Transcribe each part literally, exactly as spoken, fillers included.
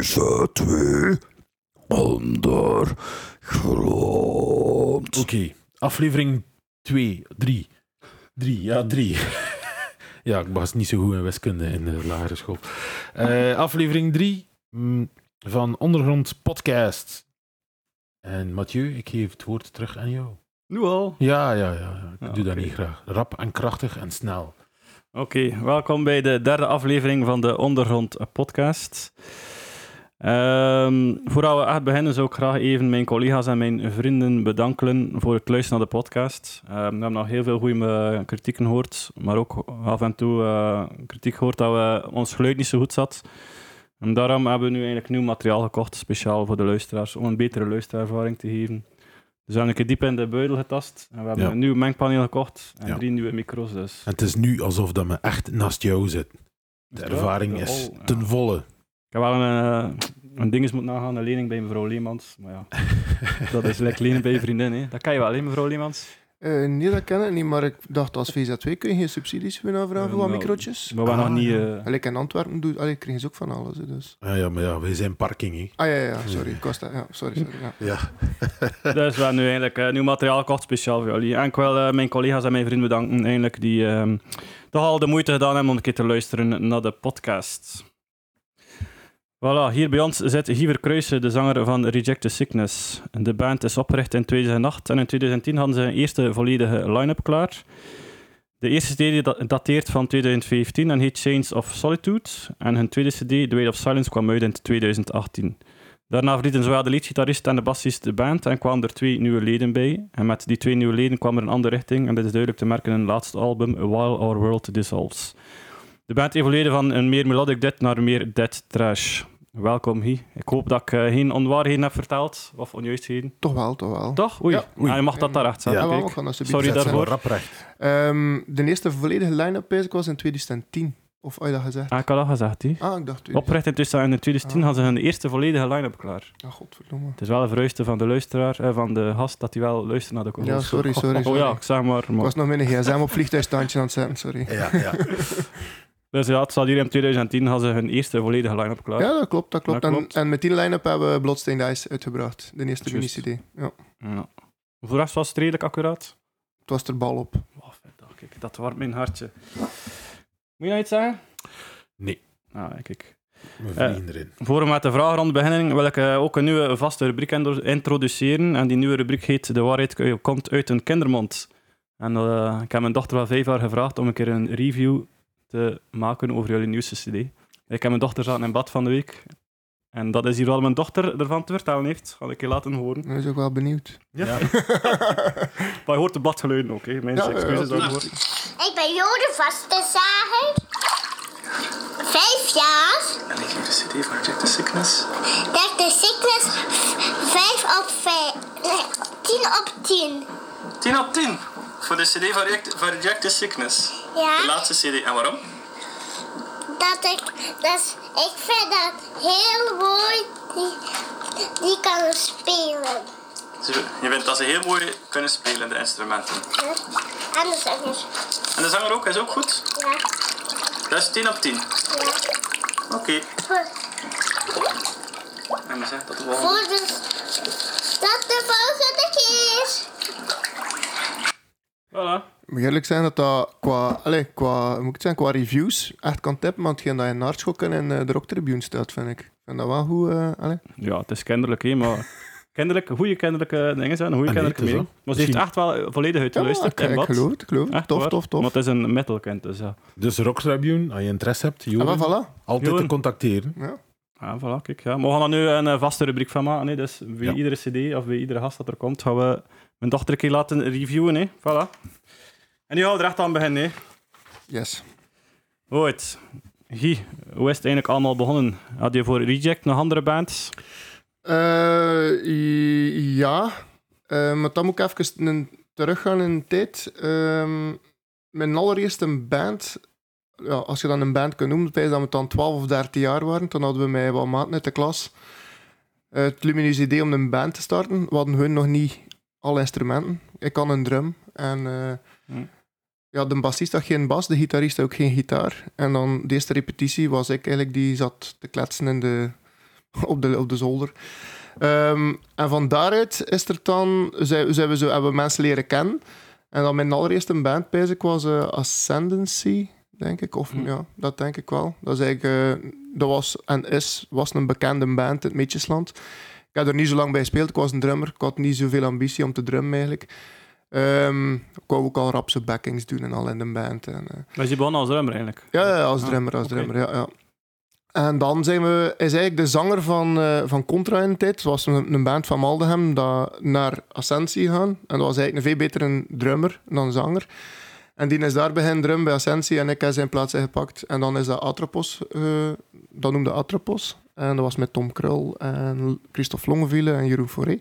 Deze twee ondergrond. Oké, okay. Aflevering twee, drie. Drie, ja, drie. Ja, ik was niet zo goed in wiskunde in de lagere school. Uh, aflevering drie mm, van Ondergrond Podcast. En Mathieu, ik geef het woord terug aan jou. Nu al? Ja, ja, ja. Ik ja, doe okay. dat niet graag. Rap en krachtig en snel. Oké, okay, welkom bij de derde aflevering van de Ondergrond Podcast. Um, voordat we echt beginnen, zou ik graag even mijn collega's en mijn vrienden bedanken voor het luisteren naar de podcast. Um, we hebben nog heel veel goede kritieken gehoord, maar ook af en toe uh, kritiek gehoord dat we, ons geluid niet zo goed zat. En daarom hebben we nu eigenlijk nieuw materiaal gekocht, speciaal voor de luisteraars, om een betere luisterervaring te geven. Dus we hebben een keer diep in de buidel getast en we hebben ja. een nieuw mengpaneel gekocht en ja. drie nieuwe micro's. Dus. En het is nu alsof dat we echt naast jou zit. De ja, ervaring is oh, ten ja. volle. Ik heb wel een, uh, een ding eens moeten nagaan, een lening bij mevrouw Leemans. Maar ja, dat is lekker lenen bij je vriendin. Hè. Dat kan je wel, hè, mevrouw Leemans? Uh, nee, dat ken ik niet, maar ik dacht als V Z twee kun je geen subsidies weer aanvragen voor wat uh, microotjes. Maar we ah, nog niet... Uh... Allee, in Antwerpen doen, allee, kregen ze ook van alles. Dus. Ja, ja, maar ja, wij zijn parking, hè. Ah ja, ja, sorry. Ik was dat, ja, sorry, sorry. Ja. ja. Dus we hebben nu eigenlijk uh, nieuw materiaal gekocht, speciaal voor jullie. En ik wil uh, mijn collega's en mijn vrienden bedanken, eigenlijk, die uh, toch al de moeite gedaan hebben om een keer te luisteren naar de podcast. Voilà, hier bij ons zit Guy Verkruijsen, de zanger van Reject the Sickness. De band is opgericht in tweeduizend acht en in tweeduizend tien hadden ze een eerste volledige line-up klaar. De eerste cd dateert van tweeduizend vijftien en heet Chains of Solitude. En hun tweede cd, The Weight of Silence, kwam uit in tweeduizend achttien. Daarna verlieten zowel de leadgitarist en de bassist de band en kwamen er twee nieuwe leden bij. En met die twee nieuwe leden kwam er een andere richting en dit is duidelijk te merken in hun laatste album, While Our World Dissolves. De band evolueerde van een meer melodic death naar meer death trash. Welkom, Guy. Ik hoop dat ik uh, geen onwaarheden heb verteld, of onjuistheden. Toch wel, toch wel. Toch? Oei. Ja. Oei. Ah, je mag dat daar echt zetten. Ja, ja, sorry daarvoor. Um, de eerste volledige line-up was in tweeduizend tien. Of had je dat gezegd? Ah, ik had dat gezegd, Guy. Ah, ik dacht... Opricht in tweeduizend tien ah. hadden ze hun eerste volledige line-up klaar. Ja, godverdomme. Het is wel een verhuiste van de luisteraar, eh, van de gast, dat hij wel luistert naar de collega's. Ja, sorry, sorry, sorry. Oh ja, ik zeg maar. maar. Ik was nog met een gsm op vliegtuigstandje aan het zetten, sorry. Ja, ja. Dus ja, het zat hier in tweeduizend tien hadden ze hun eerste volledige line-up klaar. Ja, dat klopt, dat klopt. Dat en, klopt. en met die line-up hebben we Bloodstained Ice uitgebracht. De eerste mini-cd. Ja. Ja. Voor de rest was het redelijk accuraat. Het was er bal op. Oh, kijk, dat warmt mijn hartje. Moet je nou iets zeggen? Nee. Ah, kijk. We vliegen uh, erin. Voor we met de vragenronde beginnen, wil ik uh, ook een nieuwe vaste rubriek introduceren. En die nieuwe rubriek heet De waarheid komt uit een kindermond. En uh, ik heb mijn dochter van vijf jaar gevraagd om een keer een review te maken over jullie nieuwste cd. Ik heb mijn dochter zaten in bad van de week. En dat is hier wat mijn dochter ervan te vertellen heeft. Ga ik je laten horen. Ik ben ook wel benieuwd. Ja. ja. Maar je hoort de badgeluiden ook, hè. Mensen, ja, excuses ja, daarvoor. Ik ben Jode Vastenzager. Vijf jaar. En ik geef de cd van Reject the Sickness. Reject the Sickness. Vijf op vijf. Nee, tien op tien. Tien op tien? Voor de cd van Reject, van Reject the Sickness? Ja. De laatste cd. En waarom? Dat ik, dat ik vind dat heel mooi, die, die kan spelen. Je vindt dat ze heel mooi kunnen spelen, de instrumenten? Ja. En de zanger. En de zanger ook, is ook goed? Ja. Dat is tien op tien? Ja. Oké. Okay. Voor... En je zegt dat de volgende... Voor de... Dat de volgende keer. Voilà. Ik moet eerlijk zijn dat dat qua, allez, qua, moet ik zeggen, qua reviews echt kan tippen, want hetgeen dat je in Aardschokken en uh, de Rock Tribune staat, vind ik. Ik vind dat wel goed. Uh, ja, het is kinderlijk, hè, maar kinderlijk, goede kinderlijke dingen zijn, goede ah, kinderlijke nee, mening. Maar ze heeft echt wel volledig uitgeluisterd. Ja, ik, ik geloof het, ik geloof het. Tof, waar? tof, tof. Maar het is een metalkind, dus ja. Dus Rock Tribune, als je interesse hebt, Joren, ah, voilà. altijd Joren. te contacteren. Ja. Ah, voilà, kijk. Ja. Maar we gaan er nu een vaste rubriek van maken. Hè. Dus bij ja. iedere cd of bij iedere gast dat er komt, gaan we mijn dochter een keer laten reviewen. Hè. Voilà. En nu gaan we er echt aan beginnen. Hè. Yes. Goed. Guy, hoe is het eigenlijk allemaal begonnen? Had je voor Reject nog andere bands? Uh, ja. Uh, maar dan moet ik even een, teruggaan in de tijd. Uh, mijn allereerste band... Ja, als je dan een band kunt noemen, dat we dan twaalf of dertien jaar waren. Dan hadden we met wat maten uit de klas uh, het lumineuze idee om een band te starten. We hadden hun nog niet alle instrumenten. Ik kan een drum. En uh, hm. ja, de bassist had geen bas, de gitarist had ook geen gitaar. En dan de eerste repetitie was ik eigenlijk die zat te kletsen in de, op, de, op de zolder. Um, en van daaruit is er dan, zijn, zijn we zo, hebben we mensen leren kennen. En dan mijn allereerste band, bezig was uh, Ascendancy, denk ik. Of Mm. ja, dat denk ik wel. Dat, is eigenlijk, uh, dat was en is was een bekende band in het Meetjesland. Ik heb er niet zo lang bij gespeeld. Ik was een drummer. Ik had niet zoveel ambitie om te drummen eigenlijk. Um, ik wou ook al rapse backings doen en al in de band. En, uh, Maar je begon als drummer eigenlijk? ja, ja, als Ah, drummer, als oké. drummer, ja, ja. En dan zijn we, is eigenlijk de zanger van, uh, van Contra in de tijd. Het was een, een band van Maldegem dat naar Ascensie gaan. En dat was eigenlijk een veel betere drummer dan zanger. En die is daar beginnen drummen bij Ascensie en ik heb zijn plaats ingepakt. En dan is dat Atropos, uh, dat noemde Atropos. En dat was met Tom Krul en Christophe Longevielle en Jeroen Fauré.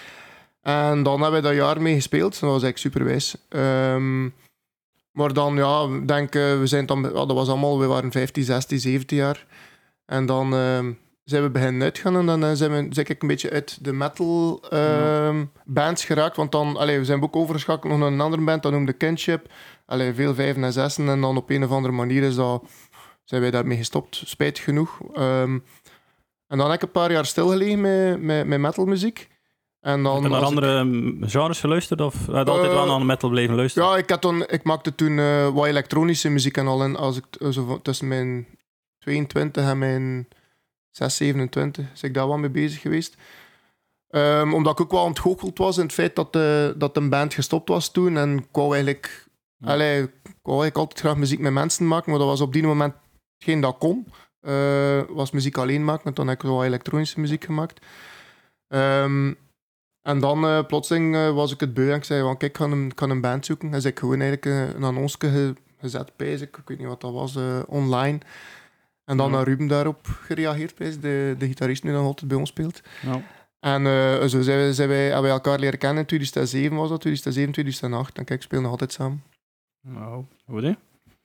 En dan hebben we dat jaar mee gespeeld. Dat was eigenlijk superwijs. Um, maar dan, ja, ik denk, uh, we zijn dan, ja, dat was allemaal, we waren vijftien, zestien, zeventien jaar. En dan uh, zijn we beginnen uitgaan en dan uh, zijn we zeg ik, een beetje uit de metal uh, ja. bands geraakt. Want dan, allee, we zijn ook overgeschakeld nog naar een andere band, dat noemde Kinship. Allee, veel vijven en zessen. En dan op een of andere manier is dat, zijn wij daarmee gestopt, spijtig genoeg. Um, en dan heb ik een paar jaar stilgelegen met, met, met metalmuziek. En dan Heb je naar als andere ik... genres geluisterd of heb je uh, altijd wel naar metal blijven luisteren? Ja, ik, had toen, ik maakte toen uh, wat elektronische muziek en al. En als ik uh, zo, tussen mijn tweeëntwintig en mijn zes, zevenentwintig is ik daar wel mee bezig geweest. Um, omdat ik ook wel ontgoocheld was in het feit dat de, dat een band gestopt was toen. En ik wou eigenlijk, ja. allee, ik wou eigenlijk altijd graag muziek met mensen maken, maar dat was op die moment geen dat kon. Uh, was muziek alleen maken, en dan heb ik wel elektronische muziek gemaakt. Um, En dan uh, plotseling uh, was ik het beu en ik zei, van, kijk, ik ga een, ik ga een band zoeken. En dus ik gewoon eigenlijk uh, een annonce ge, gezet, pijs ik, ik weet niet wat dat was, uh, online. En dan ja. naar Ruben daarop gereageerd, pijs, de, de gitarist die nog altijd bij ons speelt. Ja. En uh, zo zijn wij, zijn wij, hebben wij elkaar leren kennen in tweeduizend zeven was dat, tweeduizend zeven, tweeduizend acht. En kijk, ik speel nog altijd samen. Nou, goed hè.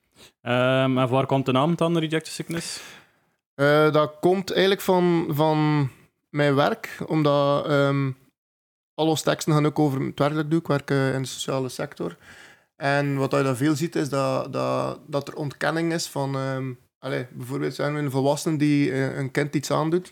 Um, en waar komt de naam dan, Rejected Sickness? Uh, dat komt eigenlijk van, van mijn werk, omdat... Um, Al onze teksten gaan ook over het werk dat ik doe. Ik werk uh, in de sociale sector. En wat je daar veel ziet, is dat, dat, dat er ontkenning is van... Um, allez, bijvoorbeeld zijn we een volwassene die uh, een kind iets aandoet.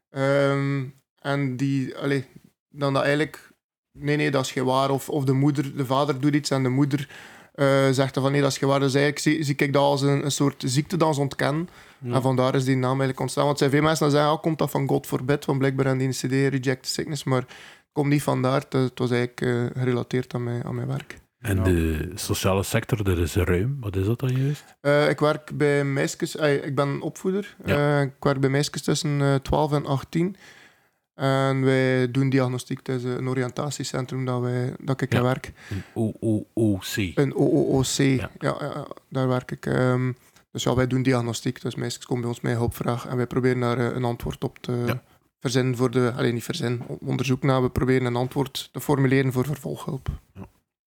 Um, en die... Allez, dan dat eigenlijk... Nee, nee, dat is geen waar. Of, of de moeder, de vader doet iets en de moeder uh, zegt dan van nee, dat is geen waar. Dus eigenlijk zie, zie ik dat als een, een soort ziekte dat ze ontkennen. Ja. En vandaar is die naam eigenlijk ontstaan. Want er zijn veel mensen die zeggen, oh, komt dat van God forbid? Want blijkbaar aan die C D Rejected Sickness. Maar... komt niet vandaar, het was eigenlijk uh, gerelateerd aan mijn, aan mijn werk. En ja. de sociale sector, dat is ruim. Wat is dat dan juist? Uh, ik werk bij meisjes, uh, ik ben opvoeder. Ja. Uh, ik werk bij meisjes tussen uh, twaalf en achttien. En wij doen diagnostiek. Het is een oriëntatiecentrum dat, wij, dat ik ja. aan werk. Een O O O C. Een O O O C, ja. Ja. Ja, ja, daar werk ik. Um, dus ja, wij doen diagnostiek. Dus meisjes komen bij ons met een hulpvraag en wij proberen daar uh, een antwoord op te... Ja. Verzin voor de, alleen niet verzin, onderzoek naar. We proberen een antwoord te formuleren voor vervolghulp. Ja.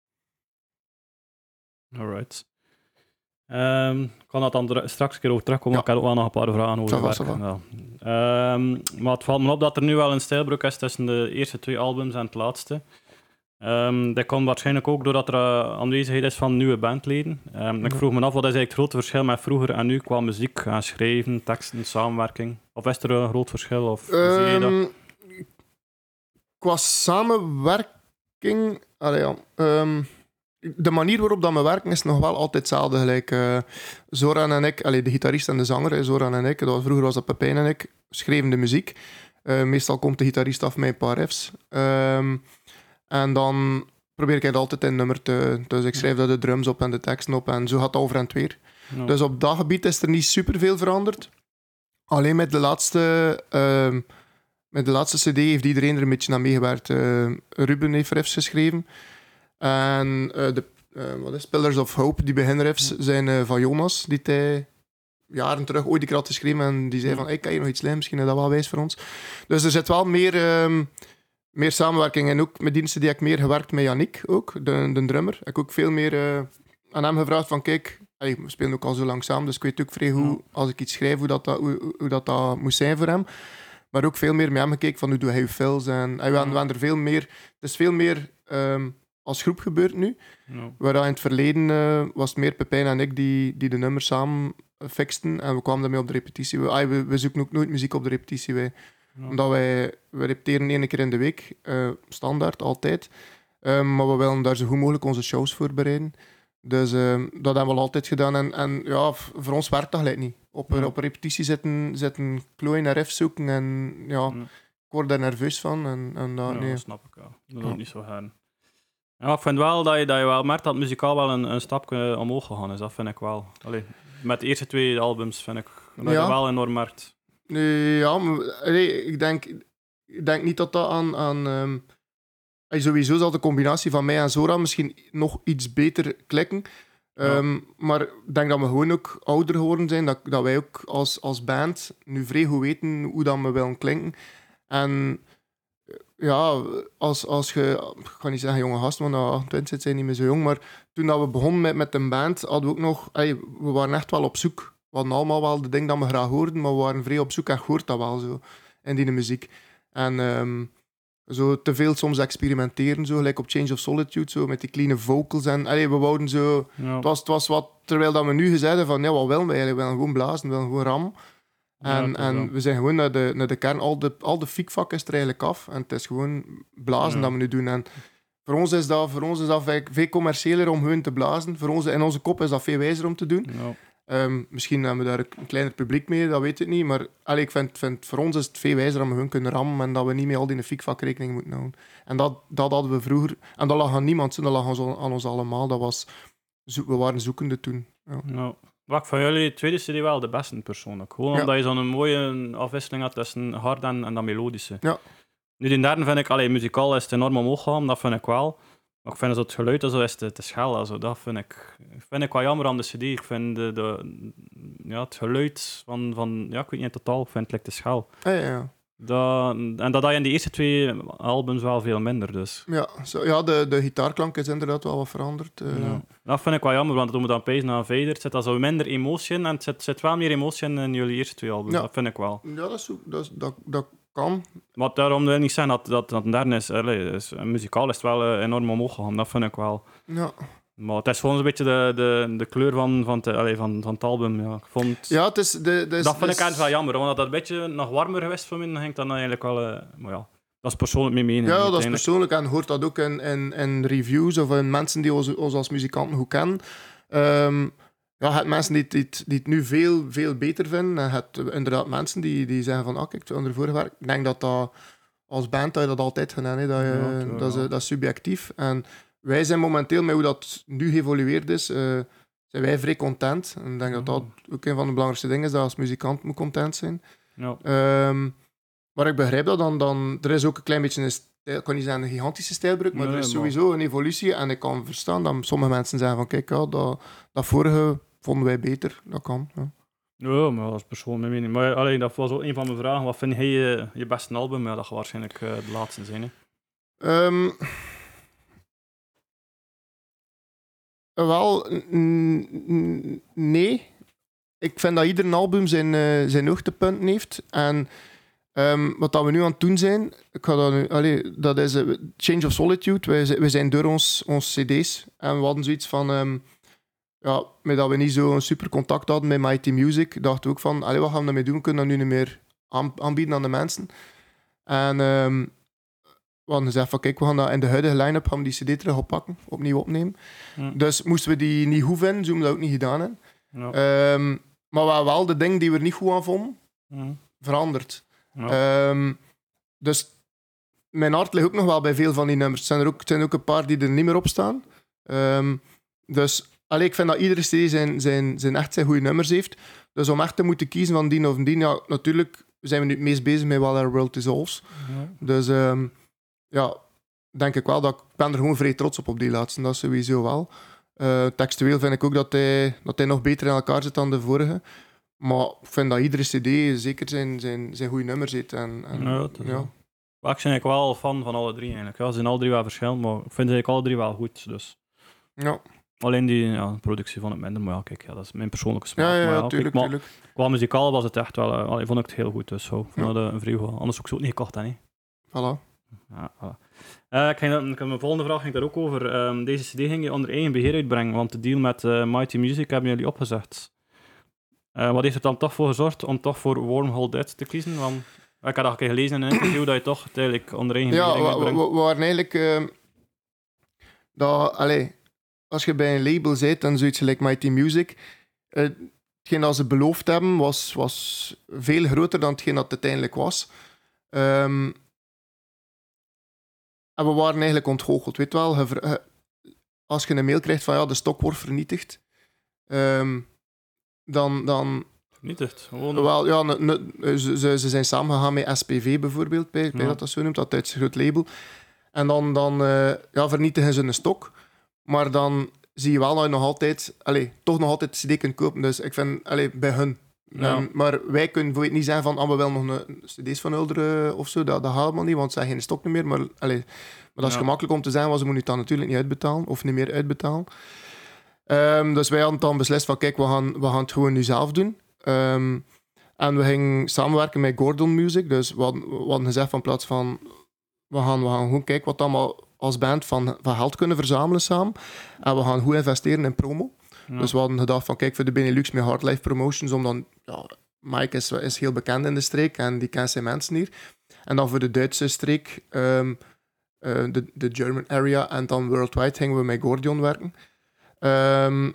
Alright. Um, ik kan dat dan dr- straks een keer over terugkomen. Ja. Ik heb ook wel nog een paar vragen over was, werk. Ja. Um, maar het valt me op dat er nu wel een stijlbreuk is tussen de eerste twee albums en het laatste. Um, dat komt waarschijnlijk ook doordat er uh, aanwezigheid is van nieuwe bandleden. Um, ik vroeg me af, wat is eigenlijk het grote verschil met vroeger en nu qua muziek, gaan schrijven, teksten, samenwerking? Of is er een groot verschil? Of um, zie je dat? Qua samenwerking... Allee, ja, um, de manier waarop dat we werken is nog wel altijd hetzelfde. Gelijk, uh, Zoran en ik, allee, de gitarist en de zanger, Zoran en ik, dat was, vroeger was dat Pepijn en ik, schreven de muziek. Uh, meestal komt de gitarist af met een paar riffs. Um, En dan probeer ik het altijd in nummer te... Dus ik schrijf daar de drums op en de teksten op en zo gaat het over en het weer. No. Dus op dat gebied is er niet superveel veranderd. Alleen met de laatste... Uh, met de laatste cd heeft iedereen er een beetje aan meegewerkt. Uh, Ruben heeft riffs geschreven. En uh, de uh, wat is Pillars of Hope, die beginriffs, zijn uh, van Jonas, die hij jaren terug ooit die had geschreven. En die zei van, ik kan hier nog iets leren, misschien is dat wel wijs voor ons. Dus er zit wel meer... Um, Meer samenwerking en ook met diensten die heb ik meer gewerkt met Yannick, ook, de, de drummer. Ik heb ook veel meer uh, aan hem gevraagd van kijk, allee, we spelen ook al zo lang samen, dus ik weet ook vrij hoe, als ik iets schrijf, hoe dat, dat, hoe, hoe dat, dat moest zijn voor hem. Maar ook veel meer met hem gekeken van hoe doe hij je fills. En, en we hebben er veel meer, het is veel meer um, als groep gebeurd nu. No. Waar in het verleden uh, was het meer Pepijn en ik die, die de nummers samen uh, fixten en we kwamen daarmee op de repetitie. We, ah, we, we zoeken ook nooit muziek op de repetitie. Wij, Ja. Omdat wij, we repeteren één keer in de week, uh, standaard, altijd. Um, maar we willen daar zo goed mogelijk onze shows voorbereiden. Dus um, dat hebben we altijd gedaan. En, en ja, voor ons werkt dat gelijk niet. Op, Ja. op een repetitie zitten, zitten klooien en riff zoeken. En ja, Ja. ik word daar nerveus van. En, en dat, Ja, nee. dat snap ik. Ja. Dat is Ja. ook niet zo gaan. Ja, ik vind wel dat je, dat je wel merkt dat muzikaal wel een, een stapje omhoog gegaan is. Dat vind ik wel. Allee, met de eerste twee albums vind ik dat je Ja. dat wel enorm merkt. Nee, ja, maar, nee, ik, denk, ik denk niet dat dat aan... aan um, sowieso zal de combinatie van mij en Zora misschien nog iets beter klikken. Um, ja. Maar ik denk dat we gewoon ook ouder geworden zijn. Dat, dat wij ook als, als band nu vrij goed weten hoe dat we willen klinken. En ja, als, als je... Ik ga niet zeggen jonge gasten, want achtentwintig zijn niet meer zo jong. Maar toen dat we begonnen met, met een band, hadden we ook nog... Ey, we waren echt wel op zoek. We hadden allemaal wel de dingen dat we graag hoorden, maar we waren vrij op zoek en je hoort dat wel zo in die muziek. En um, zo te veel soms experimenteren, zo, gelijk op Change of Solitude, zo, met die kleine vocals. En allee, we wouden zo... Ja. Het, was, het was wat... Terwijl dat we nu zeiden van, ja, wat willen we eigenlijk? We willen gewoon blazen, we willen gewoon ram. En, Ja, en we zijn gewoon naar de, naar de kern, al de, al de fiekvak is er eigenlijk af. En het is gewoon blazen Ja. dat we nu doen. En voor ons is dat, voor ons is dat veel, veel commerciëler om gewoon te blazen. Voor ons, in onze kop is dat veel wijzer om te doen. Ja. Um, misschien hebben we daar een kleiner publiek mee, dat weet ik niet. Maar allee, ik vind, vind, voor ons is het veel wijzer dat we gewoon kunnen rammen en dat we niet met al die fiekvak rekening moeten houden. En dat, dat hadden we vroeger... En dat lag aan niemand, dat lag aan ons, aan ons allemaal. Dat was, we waren zoekende toen. Ja. Ja. Wat ik van jullie tweede C D wel de beste persoonlijk. Gewoon Ja. omdat je zo'n mooie afwisseling had tussen hard en, en dat melodische. Ja. Nu, die derde vind ik, allee, muzikaal is het enorm omhoog gegaan, dat vind ik wel. Maar ik vind zo het geluid en zo is te, te schel. Also, dat vind ik, vind ik wel jammer aan de C D. Ik vind de, de, ja, het geluid van, van, ja, ik weet niet totaal, ik vind het like te schel. Ja, ja, ja. Dat, en dat had je in die eerste twee albums wel veel minder, dus. Ja, zo, ja de, de gitaarklank is inderdaad wel wat veranderd. Uh, Ja. Dat vind ik wel jammer, want toen we dan pezen naar verder, het zit al zo minder emotie in en het zit, zit wel meer emotie in in jullie eerste twee albums. Ja. Dat vind ik wel. ja, dat, is, ook- dat, is- dat, dat kan. Maar daarom wil ik niet zeggen dat, dat, dat een derde is, allee, is. Muzikaal is het wel uh, enorm omhoog gegaan, dat vind ik wel. Ja, Maar het is gewoon een beetje de, de, de kleur van, van, te, allee, van, van het album. Ja. Ik vond, ja het is... De, de, dat vind de, ik eigenlijk wel jammer, want dat dat een beetje nog warmer geweest voor mij, dan ging ik dan eigenlijk wel... Uh, maar ja, dat is persoonlijk mijn mening. Ja, dat is uiteindelijk. persoonlijk en hoort dat ook in, in, in reviews of in mensen die ons, ons als muzikanten goed kennen. Um, ja, het mensen die, die, die het nu veel, veel beter vinden. En het inderdaad mensen die, die zeggen van, ah, kijk, ik heb ervoor gewerkt. Ik denk dat dat als band dat je dat altijd gedaan hebt. Dat, je, Ja, het, dat, is, ja. dat is subjectief. En wij zijn momenteel, met hoe dat nu geëvolueerd is, uh, zijn wij vrij content. En ik denk dat dat ook een van de belangrijkste dingen is, dat als muzikant moet content zijn. Ja. Um, maar ik begrijp dat dan, dan... Er is ook een klein beetje een stijl... Ik kan niet zeggen een gigantische stijlbreuk, maar Nee, er is maar- sowieso een evolutie. En ik kan verstaan dat sommige mensen zeggen van... Kijk, ja, dat, dat vorige vonden wij beter. Dat kan, ja. Ja, maar dat is persoonlijk mijn mening. Maar allee, dat was ook een van mijn vragen. Wat vind jij je, je beste album? Ja, dat gaat waarschijnlijk uh, de laatste zijn. Hè. Um, wel, n- n- nee. Ik vind dat ieder album zijn, uh, zijn hoogtepunten heeft. En um, wat dat we nu aan het doen zijn, ik ga dat, nu, allee, dat is uh, Change of Solitude. Wij, zijn- wij zijn door ons, ons cd's. En we hadden zoiets van... Um, ja, met dat we niet zo'n super contact hadden met Mighty Music, dachten we ook van, allee, wat gaan we daarmee doen? We kunnen dat nu niet meer aan, aanbieden aan de mensen. En um, we hadden gezegd van, kijk, we gaan dat in de huidige line-up gaan we die cd terug oppakken, opnieuw opnemen. Hm. Dus moesten we die niet goed vinden, zo hebben we dat ook niet gedaan. Hè. Ja. Um, maar we hebben wel de dingen die we er niet goed aan vonden, Hm. veranderd. Ja. Um, dus mijn hart ligt ook nog wel bij veel van die nummers. Er zijn er ook, er zijn ook een paar die er niet meer op staan. Um, dus allee, ik vind dat iedere C D zijn, zijn, zijn echt zijn goede nummers heeft. Dus om echt te moeten kiezen van die of die, ja, natuurlijk zijn we nu het meest bezig met While Our World Dissolves. Ja. Dus um, ja, denk ik wel dat ik ben er gewoon vrij trots op op die laatste. Dat is sowieso wel. Uh, textueel vind ik ook dat hij, dat hij nog beter in elkaar zit dan de vorige. Maar ik vind dat iedere C D zeker zijn, zijn, zijn goede nummers heeft. En, en, Ja, dat is ja. wel. Maar ik ben eigenlijk wel fan van alle drie. Eigenlijk. Ja, ze zijn alle drie wel verschillend, maar ik vind ze eigenlijk alle drie wel goed. Dus. Ja. Alleen die ja, productie vond ik minder, maar ja, kijk, ja, dat is mijn persoonlijke smaak. Ja, ja, maar ja, ja, tuurlijk, kijk, maar tuurlijk. qua muzikaal was het echt wel, uh, allee, vond ik het heel goed, dus zo. Ik vond Ja. dat uh, een vrij goed. Anders ook zo niet gekocht, hè, niet? Voilà. Ja, voilà. Uh, ik ging, ik, mijn volgende vraag ging daar ook over. Um, deze C D ging je onder eigen beheer uitbrengen, want de deal met uh, Mighty Music hebben jullie opgezegd. Uh, wat heeft er dan toch voor gezorgd om toch voor Wormhole Dead te kiezen? Want Ik had dat een keer gelezen in een interview dat je toch het eigenlijk onder eigen Ja, bedrijf we, we, uitbrengt. we waren eigenlijk... Uh, dat, allee, als je bij een label zit, dan zoiets like Mighty Music... Uh, hetgeen dat ze beloofd hebben, was, was veel groter dan hetgeen dat het uiteindelijk was. Um, en we waren eigenlijk ontgoocheld. Weet wel, je, je, als je een mail krijgt van ja, de stok wordt vernietigd, um, dan... dan Vernietigd, gewoon. Wel, ja, ne, ne, ze, ze zijn samengegaan met S P V bijvoorbeeld, bij, bij Ja. dat dat zo noemt, dat Duitse groot label. En dan, dan uh, ja, vernietigen ze een stok. Maar dan zie je wel dat je nog altijd, allez, toch nog altijd de C D kunt kopen. Dus ik vind, allez, bij hun. Ja. En, maar wij kunnen voor het niet zeggen van, ah, we willen nog een cd's van Ulderen of zo. Dat, dat gaat helemaal niet, want ze hebben geen stok meer. Maar, allez, maar dat is Ja. gemakkelijk om te zeggen, want ze moeten het dan natuurlijk niet uitbetalen. Of niet meer uitbetalen. Um, dus wij hadden dan beslist van, kijk, we gaan, we gaan het gewoon nu zelf doen. Um, en we gingen samenwerken met Gordon Music. Dus we hadden, we hadden gezegd van plaats van... We gaan, we gaan gewoon kijken wat we allemaal als band van, van geld kunnen verzamelen samen. En we gaan goed investeren in promo. Ja. Dus we hadden gedacht van kijk, voor de Benelux met Hardlife Promotions, om dan... Ja, Mike is, is heel bekend in de streek en die kent zijn mensen hier. En dan voor de Duitse streek, um, uh, de, de German area en dan worldwide gingen we met Gordion werken. Um,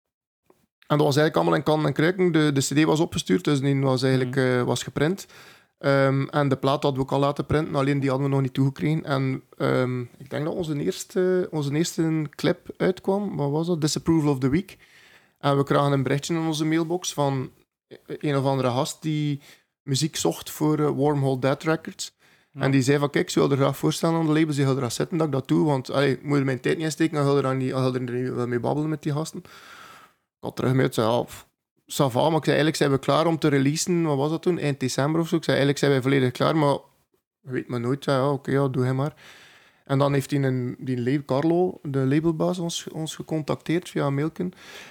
en dat was eigenlijk allemaal in kan en kruiken. De, de cd was opgestuurd, dus die was eigenlijk uh, was geprint. Um, en de plaat hadden we ook al laten printen, alleen die hadden we nog niet toegekregen. En um, ik denk dat onze eerste, onze eerste clip uitkwam. Wat was dat? Disapproval of the Week. En we kregen een berichtje in onze mailbox van een of andere gast die muziek zocht voor uh, Wormhole Dead Records. Ja. En die zei van, kijk, ik zou er graag voorstellen aan de labels, die hadden er zitten dat ik dat doe, want allee, ik moet er mijn tijd niet in steken, dan hadden er niet, er niet wel mee babbelen met die gasten. Ik had terug mee, zei, ja, ça va, maar ik zei, eigenlijk zijn we klaar om te releasen, wat was dat toen, eind december of zo. Ik zei, eigenlijk zijn wij volledig klaar, maar weet maar nooit. Ja, oké, okay, ja, doe hij maar. En dan heeft die, een, die label, Carlo, de labelbaas, ons, ons gecontacteerd via een mailken.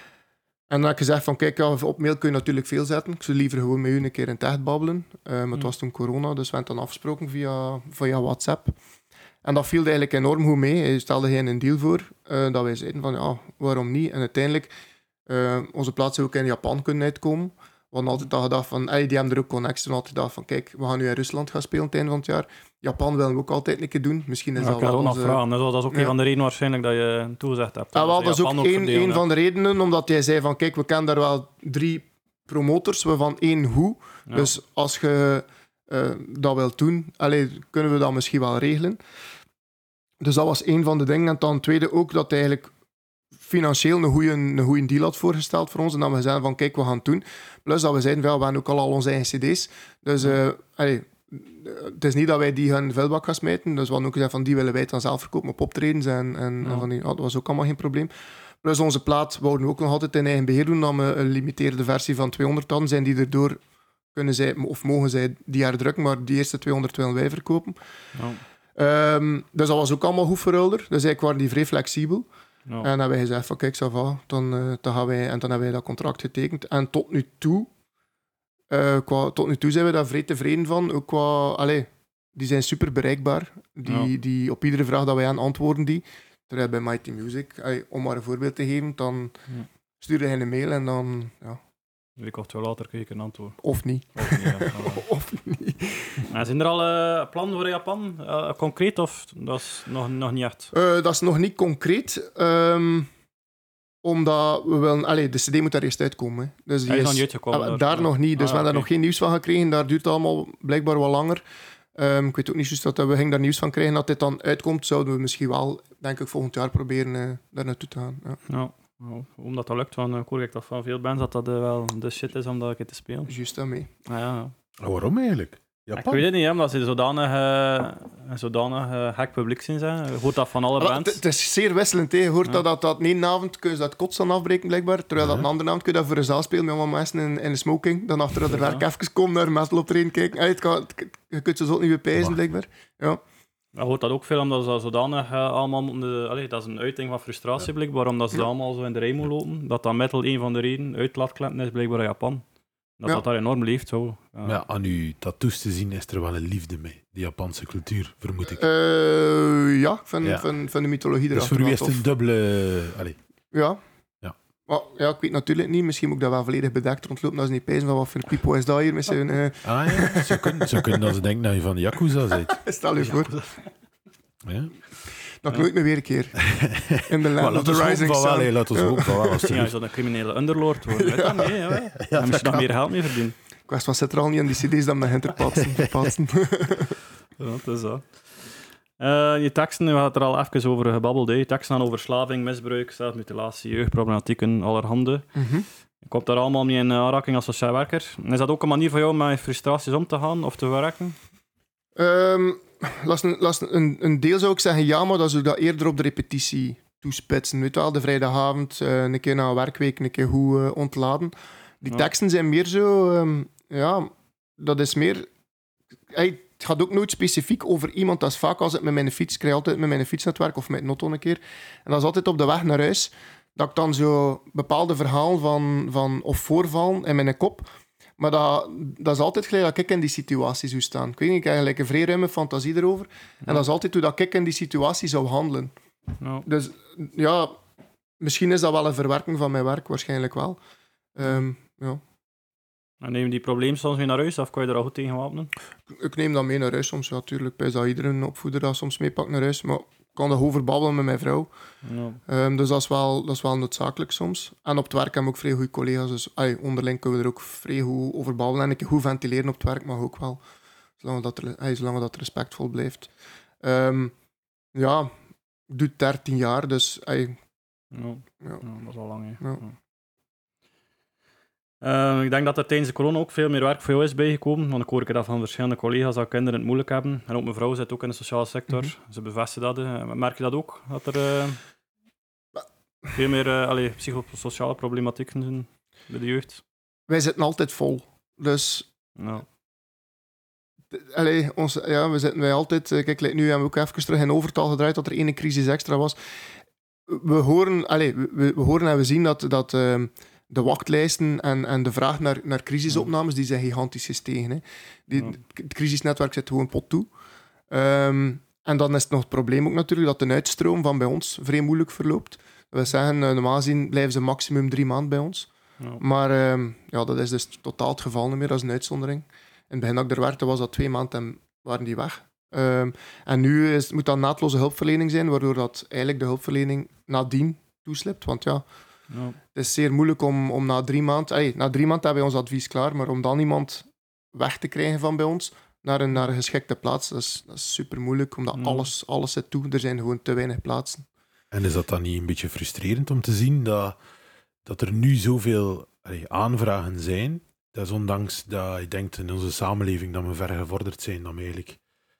En dan heb ik gezegd van, kijk, ja, op mail kun je natuurlijk veel zetten. Ik zou liever gewoon met u een keer in het echt babbelen. Uh, maar het was toen corona, dus we hebben dan afgesproken via, via WhatsApp. En dat viel eigenlijk enorm goed mee. Hij stelde geen een deal voor. Uh, dat wij zeiden van, ja, waarom niet? En uiteindelijk, uh, onze plaats zou ook in Japan kunnen uitkomen. We hadden altijd al gedacht van, hey, die hebben er ook connecties. We hadden altijd gedacht van, kijk, we gaan nu in Rusland gaan spelen het einde van het jaar. Japan willen we ook altijd een keer doen. Misschien is Ja, dat ik kan wel ook nog onze... vragen. Dat is ook Ja. een van de redenen waarschijnlijk dat je toegezegd hebt. Ah, wel, Dus dat is ook Japan één, verdelen, één hè. van de redenen, omdat jij zei van, kijk, we kennen daar wel drie promotors, waarvan één hoe. Ja. Dus als je uh, dat wilt doen, allee, kunnen we dat misschien wel regelen. Dus dat was één van de dingen. En dan tweede ook, dat hij eigenlijk financieel een goede, een goede deal had voorgesteld voor ons. En dat we zeiden van, kijk, we gaan het doen. Plus dat we zeiden, ja, we hebben ook al, al onze eigen cd's. Dus uh, allee, het is niet dat wij die gaan in de vuilbak gaan smijten. Dus we hadden ook gezegd van, die willen wij dan zelf verkopen op optredens. En, en, Ja. en van die, ja, dat was ook allemaal geen probleem. Plus onze plaat wouden we ook nog altijd in eigen beheer doen. Dat we een limiteerde versie van tweehonderd hadden. Zijn die erdoor, kunnen zij, of mogen zij die herdrukken, maar die eerste tweehonderd willen wij verkopen. Ja. Um, dus dat was ook allemaal goed voor Ulder. Dus eigenlijk waren die vrij flexibel. Ja. En dan hebben wij gezegd van, kijk, ça va, dan, uh, dan gaan wij... En dan hebben wij dat contract getekend. En tot nu toe... Uh, qua, tot nu toe zijn we daar vrij tevreden van. Ook qua... Allee, die zijn super bereikbaar. Die, Ja. die, op iedere vraag dat wij aan antwoorden die. Terwijl bij Mighty Music, allee, om maar een voorbeeld te geven, dan Ja. stuurde hij een mail en dan... Ja, Een week of twee later kreeg ik een antwoord. of niet. Of niet, ja. Ja. Of niet. En zijn er al uh, plannen voor Japan? Uh, concreet of dat is nog, nog niet echt? Uh, dat is nog niet concreet. Um, omdat we willen... Allee, de cd moet daar eerst uitkomen. Hè. Dus die Hij is nog is- niet uitgekomen. Ah, daar. daar nog niet, dus Ah, we hebben daar oké. nog geen nieuws van gekregen. Daar duurt het allemaal blijkbaar wat langer. Um, ik weet ook niet juist dat we gingen daar nieuws van krijgen. Dat dit dan uitkomt, zouden we misschien wel, denk ik, volgend jaar proberen uh, daar naartoe te gaan. Ja. Ja. Nou, omdat dat lukt, want ik hoor ik toch van veel bands dat dat uh, wel de shit is om dat een keer te spelen. Juist daarmee. Ah, ja, ja. Oh, waarom eigenlijk? Ik Japan? weet het niet, hè, omdat ze zodanig, uh, zodanig uh, hek publiek zijn. Zijn. Je hoort dat van alle Ah, wel, bands. Het het is zeer wisselend. Hè. Je hoort Ja. dat, dat, dat een avond kun je dat kots dan afbreken, blijkbaar. Terwijl dat Ja. een andere avond kun je dat voor een zaal spelen met allemaal mensen in, in een smoking. Dan achter dat er Ja. werk even komen, naar metal optreden kijken. Allee, het kan, het- je kunt ze zo niet bepijzen, Wacht. blijkbaar. Ja. Je hoort dat ook veel, omdat ze zodanig uh, allemaal moeten... Allee, dat is een uiting van frustratie, blijkbaar, omdat ze Ja. allemaal zo in de rij moeten lopen. Dat dat metal een van de redenen uitlaatklemmen is, blijkbaar in Japan. Dat Ja. dat daar enorm leeft, zo. Ja. Maar ja, aan uw tattoos te zien is er wel een liefde mee. De Japanse cultuur, vermoed ik. Uh, ja, ik vind, Ja. vind, vind de mythologie dus erachter voor u wel is het tof. een dubbele... Allee, Ja. Ja. Maar, ja, ik weet natuurlijk niet. Misschien moet ik dat wel volledig bedekt rondlopen als ze niet pijzen van wat voor een pipo is dat hier met zijn... Uh... Ah ja, zo kunnen zo kunnen dat ze denken dat je van de Yakuza bent. Stel je voor. Ja. Nog nooit meer weer een keer. In the land of the rising sun. Wel, laat ons Ja. hopen van wel. Als Ja, je zou een criminele underlord worden. Weet dat? Nee, ja. Dan moet je nog meer geld mee verdienen. Ik wist wat zit er al niet aan die cd's dan begint te patsen. patsen. Ja, dat is zo. Uh, je teksten, we hadden het er al even over gebabbeld. Hè. Je teksten gaan over verslaving, misbruik, zelfmutilatie, jeugdproblematieken, allerhande. Mhm. Je komt daar allemaal mee in aanraking als sociaal werker. Is dat ook een manier voor jou om met frustraties om te gaan of te werken? Um, las een, las een, een deel zou ik zeggen ja, maar dat zou ik dat eerder op de repetitie toespitsen. Weet je wel, de vrijdagavond, uh, een keer na een werkweek, een keer goed uh, ontladen. Die Ja. teksten zijn meer zo... Um, ja, dat is meer... Hey, het gaat ook nooit specifiek over iemand. Dat is vaak als ik met mijn fiets... Ik krijg altijd met mijn fietsnetwerk of met een auto een keer. En dat is altijd op de weg naar huis. Dat ik dan zo bepaalde verhalen van, van, of voorvallen in mijn kop... Maar dat, dat is altijd gelijk dat ik in die situatie zou staan. Ik weet niet, ik heb eigenlijk een vrij ruime fantasie erover. Ja. En dat is altijd hoe dat ik in die situatie zou handelen. Ja. Dus ja, misschien is dat wel een verwerking van mijn werk, waarschijnlijk wel. Um, ja. En neem je die probleem soms mee naar huis of kan je er al goed tegen wapenen? Ik neem dat mee naar huis soms, ja, natuurlijk. Bij dat iedere opvoeder dat soms meepakt naar huis. Maar ik kan dat over babbelen met mijn vrouw. Ja. Um, dus dat is, wel, dat is wel noodzakelijk soms. En op het werk hebben we ook vrij goede collega's. Dus ay, onderling kunnen we er ook vrij goed over babbelen. En ik kan goed ventileren op het werk, mag ook wel. Zolang dat, ay, zolang dat respectvol blijft. Um, ja, ik doe het dertien jaar, dus... Ay, Ja. ja. Ja, dat is al lang. Hè. Ja. Ja. Uh, ik denk dat er tijdens de corona ook veel meer werk voor jou is bijgekomen. Want ik hoor dat van verschillende collega's dat kinderen het moeilijk hebben. En ook mijn vrouw zit ook in de sociale sector. Mm-hmm. Ze bevestigen dat. Uh, merk je dat ook? Dat er uh, veel meer uh, allee, psychosociale problematieken zijn bij de jeugd? Wij zitten altijd vol. Dus... Ja. Allee, ons, ja, we zitten wij altijd... Kijk, nu hebben we ook even terug in overtal gedraaid dat er één crisis extra was. We horen, allee, we, we horen en we zien dat... dat uh, de wachtlijsten en, en de vraag naar, naar crisisopnames, die zijn gigantisch gestegen. Hè. Die, ja. Het crisisnetwerk zit gewoon pot toe. Um, en dan is het nog het probleem ook natuurlijk dat de uitstroom van bij ons vrij moeilijk verloopt. We zeggen, normaal gezien blijven ze maximum drie maanden bij ons. Ja. Maar um, ja, dat is dus totaal het geval niet meer, dat is een uitzondering. In het begin dat ik er werkte, was dat twee maanden en waren die weg. Um, en nu is, moet dat naadloze hulpverlening zijn, waardoor dat eigenlijk de hulpverlening nadien toeslipt. Want ja... Ja. Het is zeer moeilijk om, om na drie maanden... Ay, na drie maanden hebben we ons advies klaar, maar om dan iemand weg te krijgen van bij ons naar een, naar een geschikte plaats, dat is, dat is super moeilijk, omdat ja. alles, alles zit toe. Er zijn gewoon te weinig plaatsen. En is dat dan niet een beetje frustrerend om te zien dat, dat er nu zoveel allee, aanvragen zijn? Dat is ondanks dat je denkt in onze samenleving dat we ver gevorderd zijn, dat we eigenlijk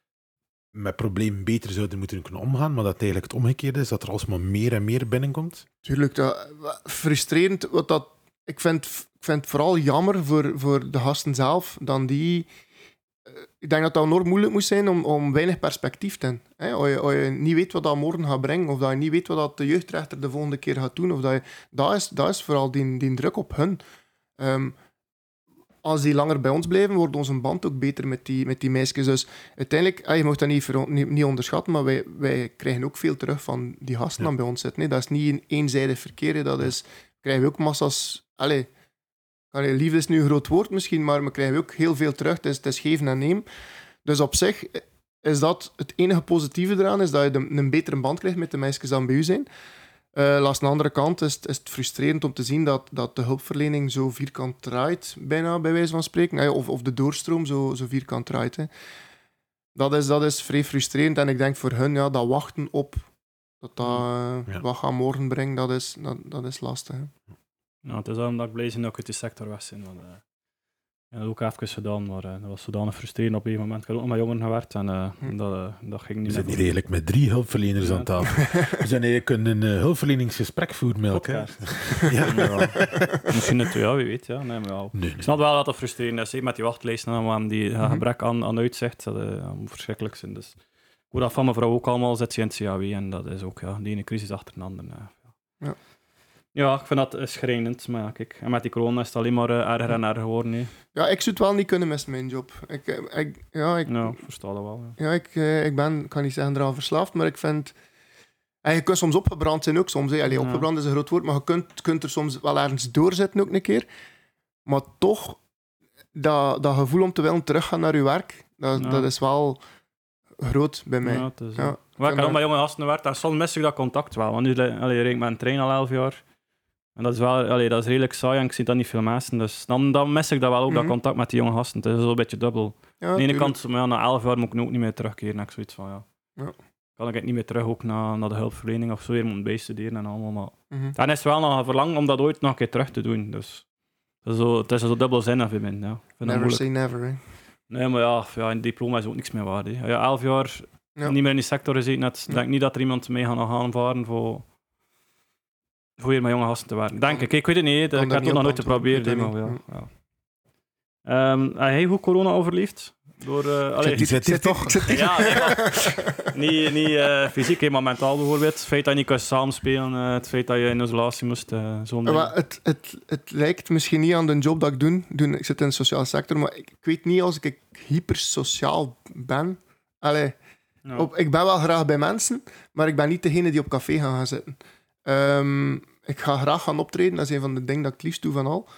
met problemen beter zouden moeten kunnen omgaan, maar dat het eigenlijk het omgekeerde is, dat er alsmaar meer en meer binnenkomt? Tuurlijk, dat, frustrerend. Wat dat, ik, vind, ik vind het vooral jammer voor, voor de gasten zelf, dan die... Ik denk dat dat enorm moeilijk moet zijn om, om weinig perspectief te hebben. Hè? Als, je, als je niet weet wat dat morgen gaat brengen, of dat je niet weet wat dat de jeugdrechter de volgende keer gaat doen, of dat, je, dat, is, dat is vooral die, die druk op hun. Um, Als die langer bij ons blijven, wordt onze band ook beter met die, met die meisjes. Dus uiteindelijk, ah, je mag dat niet, ver, niet, niet onderschatten, maar wij, wij krijgen ook veel terug van die gasten ja. die bij ons zitten. Nee, dat is niet een eenzijdig verkeer. Dat is, krijgen we ook massa's... Allez, allee, liefde is nu een groot woord misschien, maar we krijgen ook heel veel terug. Het is, het is geven en nemen. Dus op zich is dat het enige positieve eraan, is dat je de, een betere band krijgt met de meisjes dan bij u zijn. Uh, langs de andere kant is het, is het frustrerend om te zien dat, dat de hulpverlening zo vierkant draait, bijna bij wijze van spreken. Of, of de doorstroom zo, zo vierkant draait. Hè. Dat, is, dat is vrij frustrerend. En ik denk voor hun, ja, dat wachten op dat dat uh, ja. wat gaat morgen brengen, dat is, dat, dat is lastig. Hè. Nou, het is daarom dat ik blij ben dat ik uit die sector weg ben. Want, uh, ja, dat heb ik ook even gedaan, maar uh, dat was zodanig frustrerend op een moment. Ik heb ook nog met jongeren gewerkt en uh, hm. dat, uh, dat ging niet. We zijn hier eigenlijk met drie hulpverleners ja. aan tafel. We zijn eigenlijk een uh, hulpverleningsgesprek voeren met elkaar. Ja. Ja. Misschien het, ja, wie weet. Ja. Nee, maar ja. nee, nee. Ik snap wel dat dat frustrerend is, met die wachtlijsten en die uh, gebrek aan, aan uitzicht. Dat uh, moet verschrikkelijk zijn. Dus, ik hoor dat van mijn vrouw ook allemaal, zit ze in het C A W en dat is ook ja, de ene crisis achter de andere. Uh, ja. Ja. Ja, ik vind dat schrijnend, maar ja, kijk, en met die corona is het alleen maar uh, erger en erger geworden. Nee. Ja, ik zou het wel niet kunnen met mijn job. Ik, ik, ja, ik, ja, ik versta dat wel. Ja, ja ik, uh, ik ben, ik kan niet zeggen eraan verslaafd, maar ik vind... En je kunt soms opgebrand zijn ook soms. Hè. Allee, Ja. opgebrand is een groot woord, maar je kunt, kunt er soms wel ergens doorzetten ook een keer. Maar toch, dat, dat gevoel om te willen teruggaan naar je werk, dat, Ja. dat is wel groot bij mij. Ja, het is, Ja. ja. Ik Maar ik vind heb ook met jonge gasten gewerkt en soms mis ik dat contact wel. Want nu allee, rijd ik met een trein al elf jaar. En dat is, wel, allee, dat is redelijk saai en ik zie dat niet veel mensen. Dus dan, dan mis ik dat wel ook, Mhm. dat contact met die jonge gasten. Het is zo een beetje dubbel. Ja, Aan de ene tuurlijk. kant, maar ja, na elf jaar moet ik nu ook niet meer terugkeren. En ik zoiets van, ja. Ja. Kan ik niet meer terug ook naar, naar de hulpverlening of zo, weer moeten bijstuderen en allemaal. Maar... Mhm. En is het wel nog een verlangen om dat ooit nog een keer terug te doen. Dus het is zo, het is zo dubbelzinnig voor mij. Ja. Ik vind dat Never moeilijk. say never. Hè. Nee, maar ja, ja, een diploma is ook niks meer waard. Hè. Ja, elf jaar Ja. niet meer in die sector gezeten. Ik Ja. denk niet dat er iemand mee gaat aanvaren voor, voor weer met jonge gasten te werken. Denk ik. Ik weet het niet. Kan Ik daar heb het niet nog op nooit geprobeerd. hè, antwoorden, Maar ik ja, weet ja. Ehm, heb jij goed corona overleefd? Door, eh, allee, Die zit hier toch? ja, nee, maar niet, niet eh, fysiek, hè, maar mentaal bijvoorbeeld. Het feit dat je niet kunt samenspelen, eh, het feit dat je in isolatie moest. eh zo'n ding. Maar het, het, het lijkt misschien niet aan de job dat ik doe. doe ik zit in de sociale sector, maar ik, ik weet niet als ik hypersociaal ben. Allee, Ja. op, ik ben wel graag bij mensen, maar ik ben niet degene die op café gaan, gaan zitten. Ehm, ik ga graag gaan optreden, dat is een van de dingen dat ik het liefst doe van al.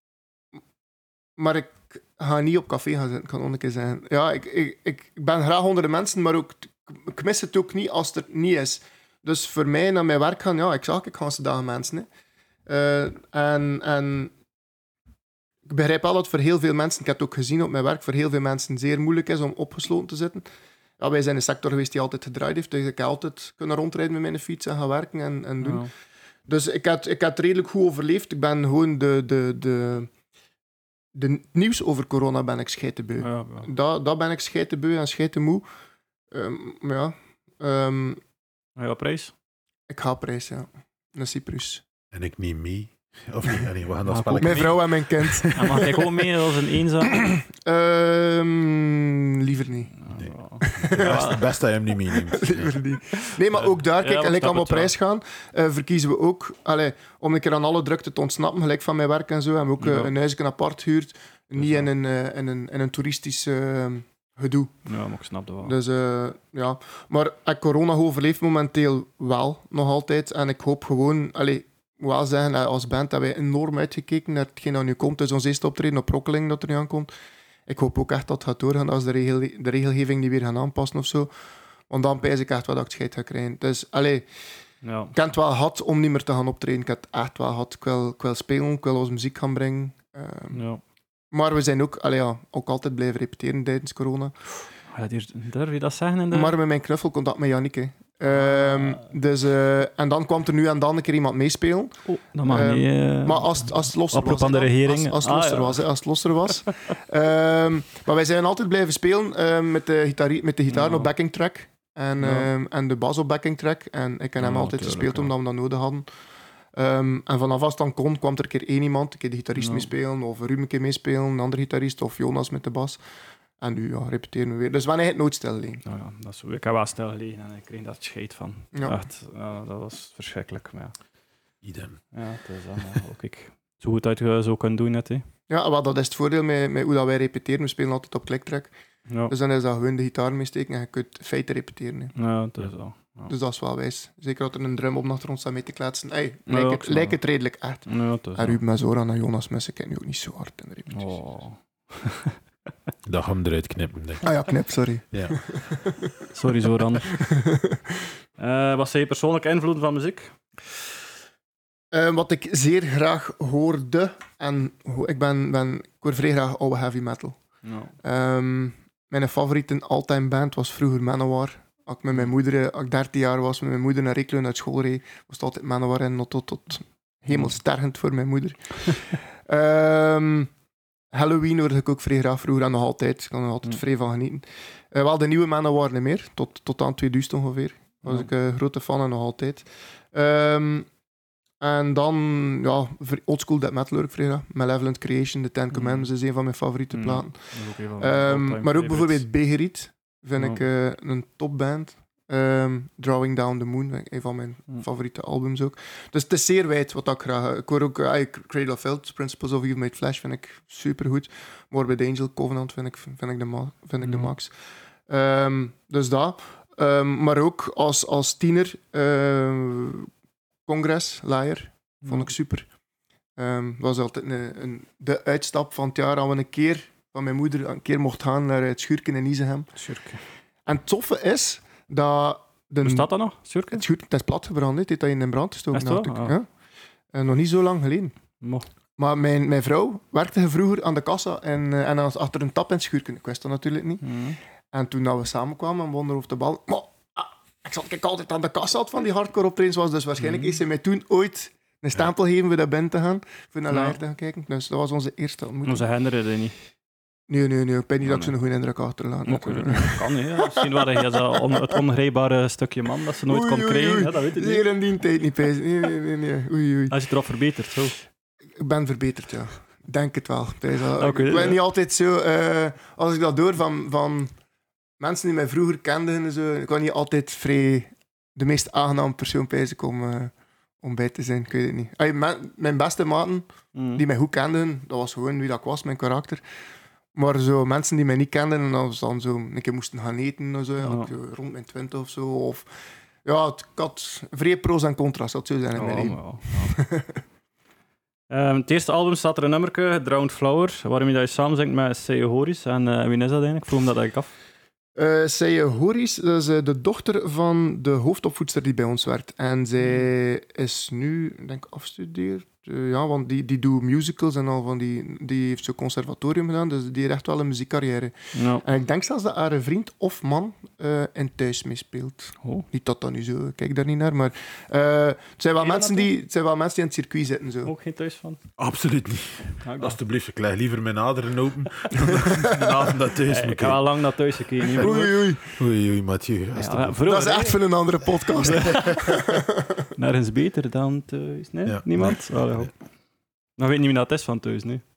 Maar ik ga niet op café gaan zitten, kan ik een keer zeggen. Ja, ik, ik, ik ben graag onder de mensen, maar ook, ik mis het ook niet als het er niet is. Dus voor mij naar mijn werk gaan, ja, ik zag, ik ga ze dagen mensen. Hè. Uh, en, en ik begrijp wel dat het voor heel veel mensen, ik heb het ook gezien op mijn werk, voor heel veel mensen zeer moeilijk is om opgesloten te zitten. Ja, wij zijn een sector geweest die altijd gedraaid heeft, dus ik heb altijd kunnen rondrijden met mijn fiets en gaan werken en, en doen. Ja. Dus ik heb, ik heb het redelijk goed overleefd. Ik ben gewoon de, de, de, de nieuws over corona ben ik scheitenbeu. Ja, ja. Dat, dat ben ik scheitenbeu en scheitenmoe. Um, maar ja, um, Ja, prijs? ik ga op reis, ja. Naar Cyprus. En ik niet mee. Of niet? Nee, we gaan dat Maar spelletje Mijn mee. vrouw en mijn kind. En mag ik ook mee als een eenzaam? um, liever niet. Nee. Ja. Best, best dat je hem niet meeneemt. Liever niet. Nee, maar ook daar, Ja, kijk, maar en ik snap kan op het wel. reis gaan, uh, verkiezen we ook, allee, om een keer aan alle drukte te ontsnappen, gelijk van mijn werk en zo, hebben we ook uh, Ja. een huisje apart gehuurd, niet ja. in een, uh, in een, in een toeristisch uh, gedoe. Ja, maar ik snap dat wel. Dus uh, ja, maar ik corona overleeft momenteel wel, nog altijd, en ik hoop gewoon, allee, ik moet wel zeggen, als band hebben wij enorm uitgekeken naar hetgeen dat nu komt, dus ons eerste optreden op Rockeling dat er nu aankomt. Ik hoop ook echt dat het gaat doorgaan als de, regel, de regelgeving die weer gaan aanpassen of zo. Want dan pijs ik echt wat dat ik scheid ga krijgen. Dus, allee, Ja. ik heb het wel gehad om niet meer te gaan optreden. Ik heb het echt wel gehad. Ik wil, ik wil spelen, ik wil onze muziek gaan brengen. Um, Ja. maar we zijn ook, allee, ja, ook altijd blijven repeteren tijdens corona. Ja, die- durf je dat zeggen? In de... Maar met mijn knuffelcontact met Janneke. Um, dus, uh, en dan kwam er nu en dan een keer iemand meespelen. Oh, dat mag Ehm, niet. eh. Maar als, het- als het losser Oproep was. aan de hè, dan. regering. Als, als het Ah, losser ja. was. Hè, als het losser was. Ehm, maar wij zijn altijd blijven spelen ehm, met, de gitaar, met de gitaar Ja. op backing track. En, Ja. ehm, en de bas op backing track. En ik en hem Ja, altijd tuurlijk, gespeeld ja. omdat we dat nodig hadden. Ehm, en vanaf als het dan kon, kwam er een keer één iemand. Een keer de gitarist Ja. meespelen. Of Ruben een keer meespelen. Een andere gitarist. Of Jonas met de bas. En nu ja, repeteren we weer. Dus wanneer het nooit stil liggen. Nou ja, dat is zo. Ik heb wel stil gelegen en ik kreeg daar scheet van. Ja. Echt, ja, dat was verschrikkelijk. Maar ja, Idem. ja het is allemaal ook ik. Zo goed uit je zo kunnen doen net, hè. Ja, wel, dat is het voordeel met, met hoe dat wij repeteren. We spelen altijd op clicktrack. Ja, Dus dan is dat gewoon de gitaar meesteken en je kunt feiten repeteren. Hè. ja het is wel. Ja. Dus dat is wel wijs. Zeker dat er een drum op de achtergrond staat mee te kletsen. Hey, Ja, lijkt, ik het, snap lijkt het. het redelijk echt. Ja, het is En wel. Ruben en Zoran en Jonas missen ik nu ook niet zo hard in de repetitie. Oh. Dat gaan we eruit knippen, denk ik. Ah ja, knip, sorry. Ja. Sorry, Zoran. Eh wat zijn je persoonlijke invloeden van muziek? Eh, wat ik zeer graag hoorde, en ho- ik ben, ben, ik hoor vrij graag oude heavy metal. Ja. Ehm, mijn favoriete all-time band was vroeger Manowar. Als ik met mijn moeder, eh, als ik dertien jaar was, met mijn moeder naar Rekelen uit school reed, was het altijd Manowar en tot, tot, tot hemelstergend voor mijn moeder. Ehm, Halloween hoorde ik ook vrij graag vroeger en nog altijd. Ik kan er altijd Ja. vrij van genieten. Uh, wel, de nieuwe Manowar niet meer. Tot, tot aan tweeduizend ongeveer. Was Ja. ik een grote fan en nog altijd. Ehm, en dan, ja, vri- oldschool death metal hoor ik vrij graag. Malevolent Creation, The Ten Commandments is een van mijn favoriete Ja, platen. dat is ook een van mijn Ehm, all-time maar ook favorites. bijvoorbeeld Begerit vind Ja. ik eh, een topband. Ehm, Drawing Down the Moon, vind ik een van mijn Ja. favoriete albums ook. Dus het is zeer wijd wat ik graag... Ik hoor ook uh, Cradle of Filth, Principles of Evil Made Flesh vind ik supergoed. Morbid Angel, Covenant vind ik, vind ik, de, ma- vind ik de Ja. max. Ehm, dus dat. Um, maar ook als, als tiener, uh, Congres, Liar, vond ik super. Um, was altijd een, een, de uitstap van het jaar, als we een keer van mijn moeder een keer mocht gaan naar het Schurken in Izenhem. Schurken. En het toffe is dat... De, Bestaat dat nog, Schurken? Het Schurken, dat is platgebrand, dit heeft dat in brand gestoken. Is het wel? natuurlijk. Ja. En nog niet zo lang geleden. Mo. Maar mijn, mijn vrouw werkte vroeger aan de kassa en, uh, en als- achter een tap in het Schurken. Ik wist dat natuurlijk niet. Mm. En toen dat we samenkwamen en woonden over de bal... Maar, ah, ik zat ik altijd aan de kassa had van die hardcore optredens was, dus waarschijnlijk Mhm. is ze mij toen ooit een stempel gegeven voor daar binnen te gaan, voor naar Ja. Liar te gaan kijken. Dus dat was onze eerste ontmoeting. Onze hinderen dat niet. Nee, nee, nee. Ik ben niet dat ik Ah, zo'n goede indruk achterlaat. Oké, dat kan niet. Hè. Misschien waren je zo on, het ongrijpbare stukje man dat ze nooit Oei, kon oei, krijgen. oei. Hè, dat weet ik Zeer niet. in die tijd niet, pijs. Nee, nee, nee, nee. Oei, oei. Als je het erop verbetert, zo. Ik ben verbeterd, ja. Denk het wel. Pijs wel. Oké, ik ben ja. niet altijd zo... eh, als ik dat door van, van mensen die mij vroeger kenden en zo, ik was niet altijd vrij de meest aangename persoon pijs om, eh, om bij te zijn. Ik weet het niet. Ay, mijn, mijn beste maten, Mm. die mij goed kenden, dat was gewoon wie dat ik was, mijn karakter. Maar zo mensen die mij niet kenden en als ze dan zo een keer moesten gaan eten of zo, ja, Ja. ik zo rond mijn twintig of zo. Of, ja, het, ik had vrij pro's en contra's, dat zou zijn in mijn Ja, leven. maar ja. Ehm, het eerste album staat er een nummerke, Drowned Flower, waarom je dat je samenzingt met Seye Horis. En eh, wie is dat eigenlijk? Ik vroeg me dat eigenlijk af. Uh, Seye Horis, dat is eh, de dochter van de hoofdopvoedster die bij ons werkt. En zij is nu, denk ik, afgestudeerd. Uh, ja, want die, die doet musicals en al van die... Die heeft zo'n conservatorium gedaan, dus die heeft echt wel een muziekcarrière. Ja. En ik denk zelfs dat haar vriend of man uh, in Thuis meespeelt. Oh. Niet dat dan nu zo, ik kijk daar niet naar, maar... Uh, het, zijn wel Ken je mensen dat die, het zijn wel mensen die in het circuit zitten. Zo. Ook geen thuis van? Absoluut niet. Ja, ik Alsjeblieft, ik leg liever mijn aderen open dan dat ik een avond dat thuis Eh, moet ik heb wel kijken. lang naar thuis gekeken. niet, Oei, broer. oei. Oei, oei, Mathieu. Ja, alsjeblieft. vroeger, Dat is echt hè. voor een andere podcast. Nergens beter dan thuis. Nee? Ja. Niemand? Oh, ja. Dan weet niet wie dat is van thuis, nee.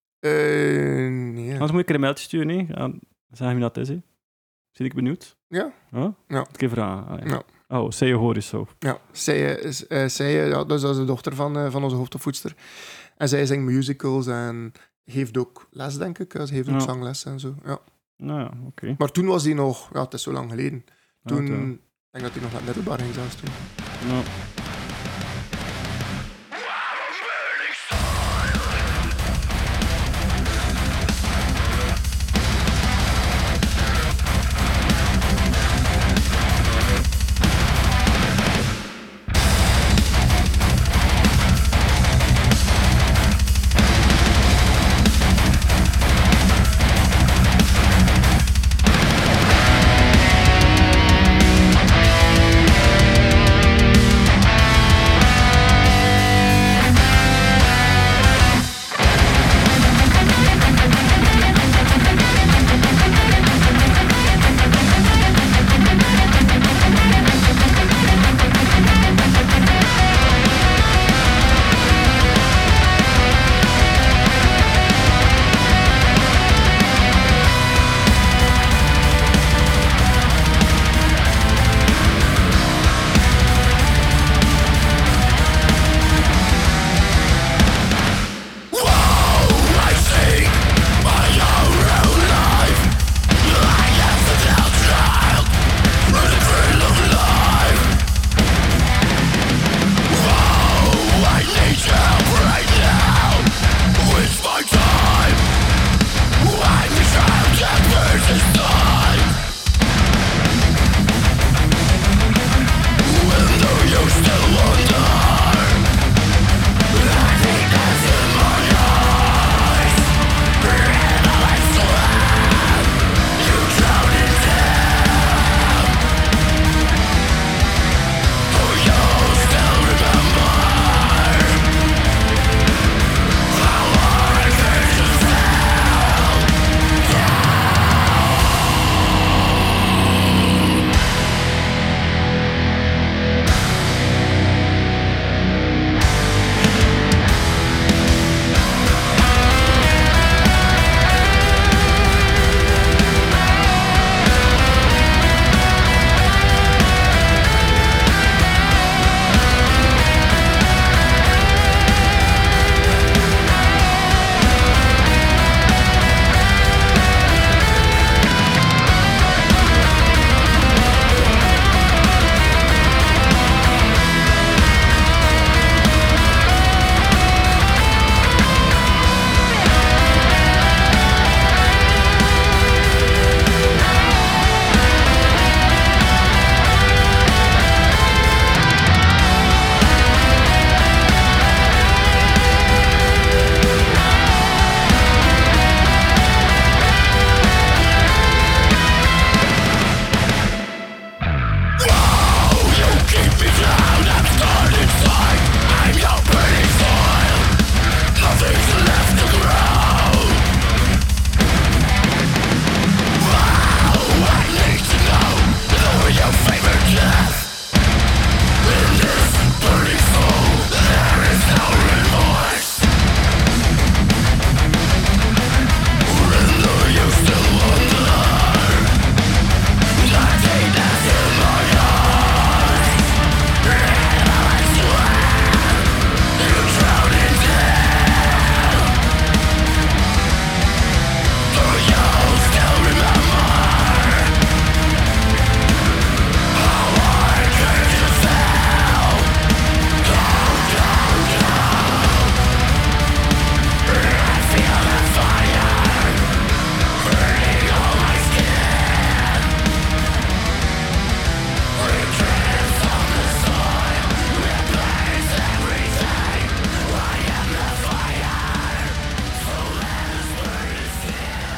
Uh, nee. Anders moet ik er een mailtje sturen, nee. Ja, zeg wie dat is, hè. Zit ik benieuwd? Ja. Huh? Ja. Ik even vragen. Ah, ja. Ja. Oh, Seye Horis zo. Ja, zij is, uh, zij, ja, dus dat is de dochter van, uh, van onze hoofdopvoedster. En zij zingt musicals en geeft ook les, denk ik. Ze geeft ook Ja. zangles en zo. Ja. Nou ja, oké. Maar toen was hij nog... Ja, het is zo lang geleden. Toen... Ja, het, ik denk dat hij nog naar het middelbaar ging zelfs toen. Ja. Thank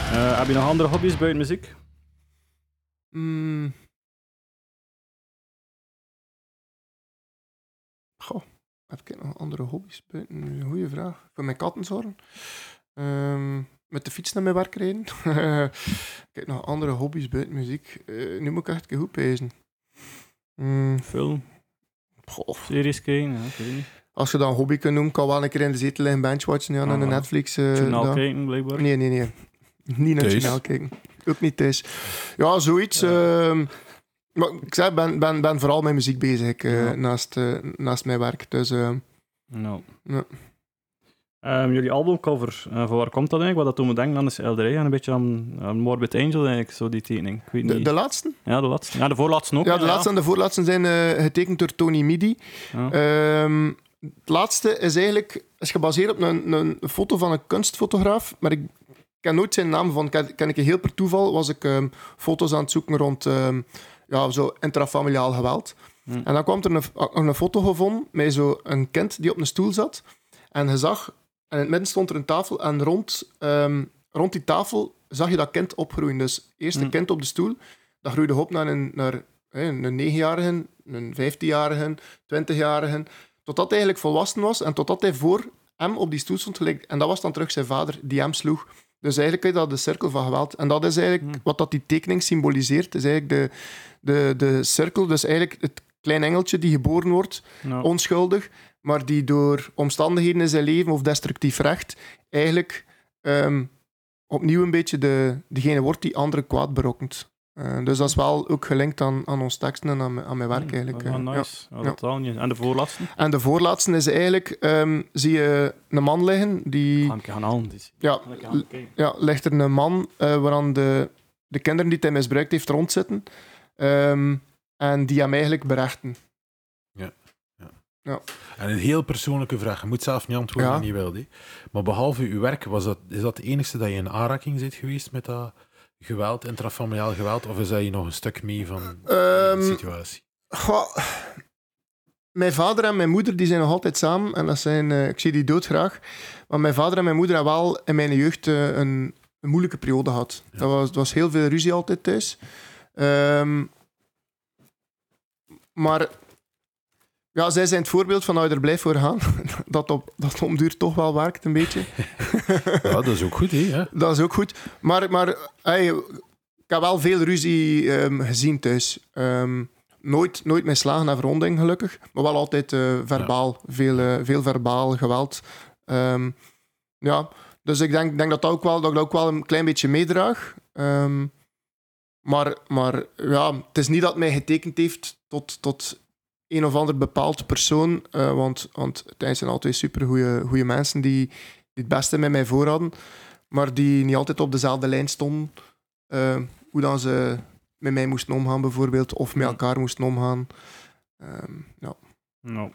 Uh, heb je nog andere hobby's buiten muziek? Mm. Goh, heb ik nog andere hobby's buiten? Goeie vraag. Voor mijn katten zorgen. Um, met de fiets naar mijn werk rijden. Kijk, nog andere hobby's buiten muziek. Uh, nu moet ik echt een keer goed pezen. Mm. Film? Goh. Series kijken? Ja, ik weet niet. Als je dat een hobby kunt noemen, kan wel een keer in de zetel liggen benchwatchen ja, naar de Ah, Netflix. Uh, Journaal kijken, blijkbaar. Nee, nee, nee. Niet naar het Thuis? journaal kijken. Ook niet thuis. Ja, zoiets. Ja. Uh, maar ik zeg, ben, ben, ben vooral met muziek bezig ik, uh, Ja. naast, uh, naast mijn werk. Dus, uh, No. ja. Um, jullie albumcover, uh, van waar komt dat eigenlijk? Wat dat toen me denken aan de schilderij en een beetje aan, aan Morbid Angel eigenlijk, zo die tekening. Ik weet de, niet. de laatste? Ja, de laatste. Ja, de voorlaatste ook. Ja, de laatste en de voorlaatste zijn uh, getekend door Tony Midi. Ja. Um, het laatste is eigenlijk is gebaseerd op een, een foto van een kunstfotograaf, maar ik ken nooit zijn naam van. Ken, ken ik heel per toeval was ik um, foto's aan het zoeken rond um, ja, zo intrafamiliaal geweld. Hm. En dan kwam er een, een foto gevonden met zo een kind die op een stoel zat. En je zag, en in het midden stond er een tafel en rond, um, rond die tafel zag je dat kind opgroeien. Dus eerst een Hm. kind op de stoel, dat groeide op naar een, naar, een negenjarige, een vijftienjarige, twintigjarige, totdat hij eigenlijk volwassen was en totdat hij voor hem op die stoel stond gelijk. En dat was dan terug zijn vader die hem sloeg. Dus eigenlijk is dat de cirkel van geweld. En dat is eigenlijk Hmm. wat dat die tekening symboliseert. is eigenlijk de, de, de cirkel. Dus eigenlijk het klein engeltje die geboren wordt, No. onschuldig, maar die door omstandigheden in zijn leven of destructief recht eigenlijk um, opnieuw een beetje de, degene wordt die anderen kwaad berokkent. Uh, dus dat is wel ook gelinkt aan, aan ons teksten en aan, mijn- aan mijn werk eigenlijk. Ja, uh, ja. nice. Ja. Ja, totaal niet. En de voorlaatste? En de voorlaatste is eigenlijk, um, zie je een man liggen, die... Ga ik gaan halen. Dus. Ja, Ga ik gaan kijken. ja, ligt er een man uh, waaraan de, de kinderen die hij misbruikt heeft rondzitten. Um, en die hem eigenlijk berechten. En een heel persoonlijke vraag. Je moet zelf niet antwoorden Ja. als je niet wil. Hè. Maar behalve uw werk, was dat, is dat het enigste dat je in aanraking bent geweest met dat geweld, intrafamiliaal geweld? Of is dat je nog een stuk mee van de Um, situatie? Goh, mijn vader en mijn moeder die zijn nog altijd samen. En dat zijn, uh, ik zie die doodgraag. Maar mijn vader en mijn moeder hebben wel in mijn jeugd uh, een, een moeilijke periode gehad. Ja. Dat was, het was heel veel ruzie altijd thuis. Um, maar ja, zij zijn het voorbeeld van dat je er blijft voor gaan. dat, op, dat om duur toch wel werkt, een beetje. Ja, dat is ook goed, hè? Ja. Dat is ook goed. Maar, maar hey, ik heb wel veel ruzie um, gezien thuis. Um, nooit, nooit met slagen en verwonding, gelukkig. Maar wel altijd uh, verbaal. Ja. Veel, uh, veel verbaal geweld. Um, ja, dus ik denk, denk dat, dat, ook wel, dat ik dat ook wel een klein beetje meedraag. Um, maar, maar ja, het is niet dat mij getekend heeft tot... tot een of ander bepaald persoon, uh, want, want het zijn altijd super goede mensen die, die het beste met mij voor hadden, maar die niet altijd op dezelfde lijn stonden. Uh, hoe dan ze met mij moesten omgaan, bijvoorbeeld, of met elkaar moesten omgaan. Um, ja. No.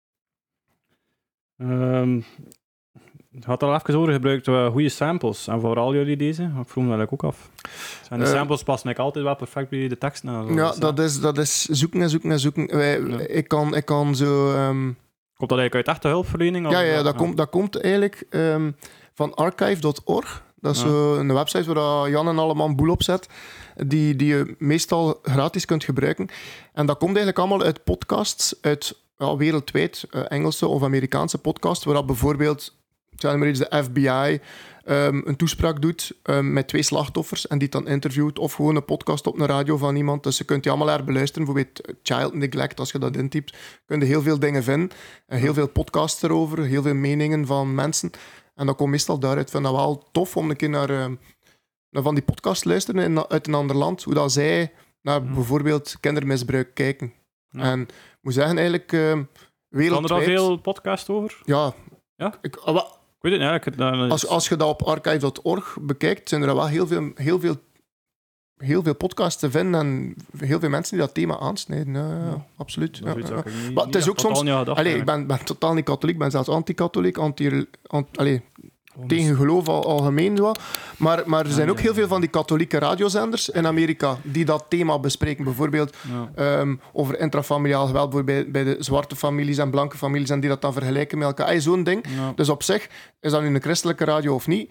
Um, je had al even over gebruikt uh, goede samples. En vooral jullie deze? Ik vroeg me eigenlijk ook af. En de Uh, samples passen eigenlijk altijd wel perfect bij de tekst. Nou, Ja, dus, dat is, dat is zoeken en zoeken en zoeken. Wij, Ja. ik, kan, ik kan zo... Um, Komt dat eigenlijk uit echte hulpverlening? Of ja, ja, is dat, Komt, dat komt eigenlijk um, van archive punt org. Dat is Ja. zo een website waar Jan en allemaal een boel op zet, die, die je meestal gratis kunt gebruiken. En dat komt eigenlijk allemaal uit podcasts, uit ja, wereldwijd, uh, Engelse of Amerikaanse podcasts, waar dat bijvoorbeeld, zeg maar iets, de F B I um, een toespraak doet um, met twee slachtoffers en die dan interviewt, of gewoon een podcast op een radio van iemand. Dus je kunt die allemaal herbeluisteren. Bijvoorbeeld child neglect, als je dat intypt, kun je heel veel dingen vinden. En heel veel podcasts erover, heel veel meningen van mensen. En dat komt meestal daaruit. Ik vind dat wel tof om een keer naar, uh, naar van die podcasts te luisteren in, uit een ander land, hoe dat zij naar Hmm. bijvoorbeeld kindermisbruik kijken. Ja. En ik moet zeggen, eigenlijk uh, Kan er wereldwijd... al veel podcast over? Ja. Ja? Ik, ah, wel, Ik weet het niet. Ja, ik, uh, als, als je dat op archive punt org bekijkt, zijn er wel heel veel, heel veel, heel veel podcasts te vinden en heel veel mensen die dat thema aansnijden. Ja, ja, Ja. absoluut. dat Ja, is ja. ook niet, Maar het is niet ook soms- totaal niet aan gedacht, Allee, ik eigenlijk. ben, ben totaal niet katholiek, ik ben zelfs anti-katholiek, anti, anti, allee, Gewoon dus- tegen geloof al, algemeen wel. Maar, maar er zijn Ja, ook ja, heel ja. veel van die katholieke radiozenders in Amerika die dat thema bespreken. Bijvoorbeeld Ja. um, over intrafamiliaal geweld bij, bij de zwarte families en blanke families en die dat dan vergelijken met elkaar. Ay, zo'n ding. Ja. Dus op zich, is dat nu een christelijke radio of niet,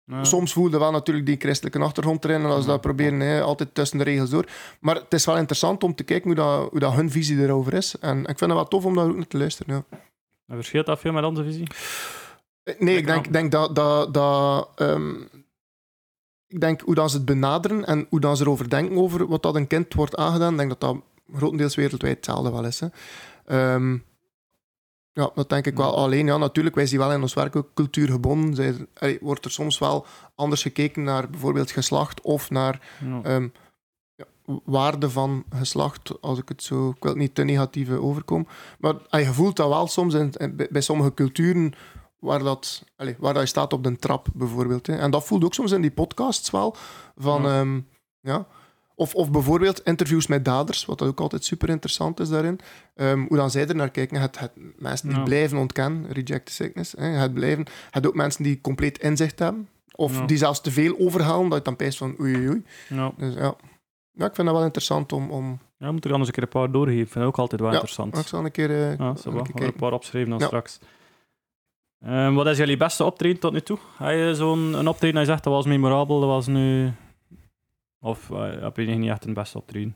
Ja. Soms voelde wel natuurlijk die christelijke achtergrond erin en als ze dat proberen, hè, altijd tussen de regels door. Maar het is wel interessant om te kijken hoe, dat, hoe dat hun visie erover is. En ik vind het wel tof om daar ook naar te luisteren. Ja. En verschilt dat veel met onze visie? Nee, ik denk, denk dat... dat, dat um, ik denk hoe dat ze het benaderen en hoe dat ze erover denken over wat dat een kind wordt aangedaan, ik denk dat dat grotendeels wereldwijd hetzelfde wel is. Hè. Um, ja, dat denk ik wel. Alleen, ja, natuurlijk, wij zien wel in ons werk ook cultuurgebonden. Zij, allee, wordt er soms wel anders gekeken naar bijvoorbeeld geslacht of naar Ja. um, ja, waarde van geslacht, als ik het zo... Ik wil het niet te negatief overkomen. Maar allee, je voelt dat wel soms in, in, bij, bij sommige culturen waar, dat, allee, waar dat je staat op de trap, bijvoorbeeld. Hè. En dat voelt ook soms in die podcasts wel. Van, Ja. um, ja. Of, of bijvoorbeeld interviews met daders, wat ook altijd super interessant is daarin. Um, hoe dan zij er naar kijken. Het, het, mensen die Ja. blijven ontkennen, reject the sickness. Hè. Het blijven. Het ook mensen die compleet inzicht hebben. Of Ja. die zelfs te veel overhalen, dat je dan pijst van oei oei oei. Ja. Dus ja. ja, ik vind dat wel interessant om... om Ja, moet er anders een keer een paar doorgeven. Ik vind het ook altijd wel Ja, interessant. ik zal een keer, uh, Ja, een zo keer wel. kijken. Een paar opschrijven dan Ja. straks. Um, wat is jullie beste optreden tot nu toe? Heb je zo'n een optreden dat je zegt dat was memorabel, dat was nu... Of uh, heb je niet echt een beste optreden?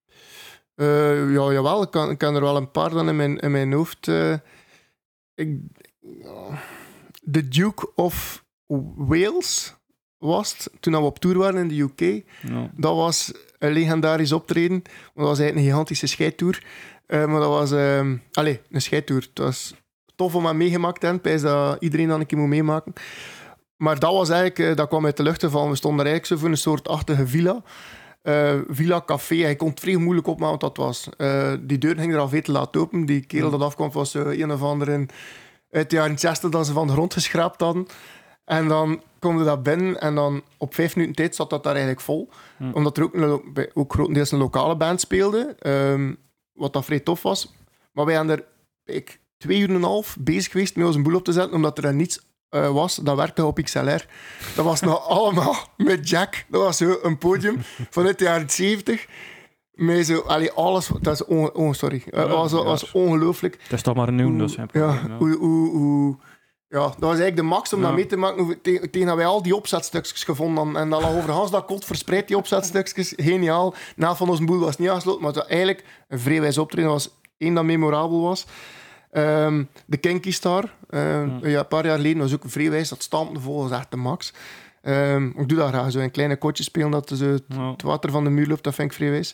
Uh, ja, jawel, ik kan, ik kan er wel een paar dan in mijn, in mijn hoofd. Uh, ik, uh, The Duke of Wales was het, toen we op tour waren in de U K. Ja. Dat was een legendarisch optreden. Dat was eigenlijk een gigantische scheidtour. Uh, maar dat was... Uh, allez, een scheidtour. Het was tof om aan meegemaakt te hebben. Ik dat iedereen dan een keer moet meemaken. Maar dat was eigenlijk... Uh, dat kwam uit de lucht van... We stonden eigenlijk zo voor een soort achtige villa. Uh, villa café. Hij kon het vrij moeilijk opmaken wat dat was. Uh, die deur ging er al veel te laat open. Die kerel dat afkwam was uh, een of andere uit de jaren zestig dat ze van de grond geschraapt hadden. En dan komde dat binnen en dan op vijf minuten tijd zat dat daar eigenlijk vol. Hm. Omdat er ook, een, ook grotendeels een lokale band speelde. Um, wat dat vrij tof was. Maar wij zijn er ik, twee uur en een half bezig geweest met onze boel op te zetten, omdat er niets uh, was dat werkte op X L R. Dat was nog allemaal met Jack. Dat was zo een podium vanuit de jaren zeventig. Met zo, allee, alles... Dat is on, oh, sorry. Uh, Ja, was, ja. was ongelooflijk. Het is toch maar een nieuw, dus geen Ja, probleem. Ja. hoe, hoe, hoe, ja, dat was eigenlijk de max om Ja. dat mee te maken. Hoe- Tegen, tegen dat wij al die opzetstukjes gevonden hadden. En dat lag over Hans dat kot verspreid, die opzetstukjes. Geniaal. Na van ons boel was niet aangesloten, maar het was eigenlijk een vrij wijs optreden. Dat was één dat memorabel was. Um, de Kinky Star. Um, Ja. ja, een paar jaar geleden was ook vrij wijs. Dat stampte vol, dat was echt de max. Um, ik doe dat graag, zo in kleine kotjes spelen, dat zo het Ja. het water van de muur loopt. Dat vind ik vrij wijs.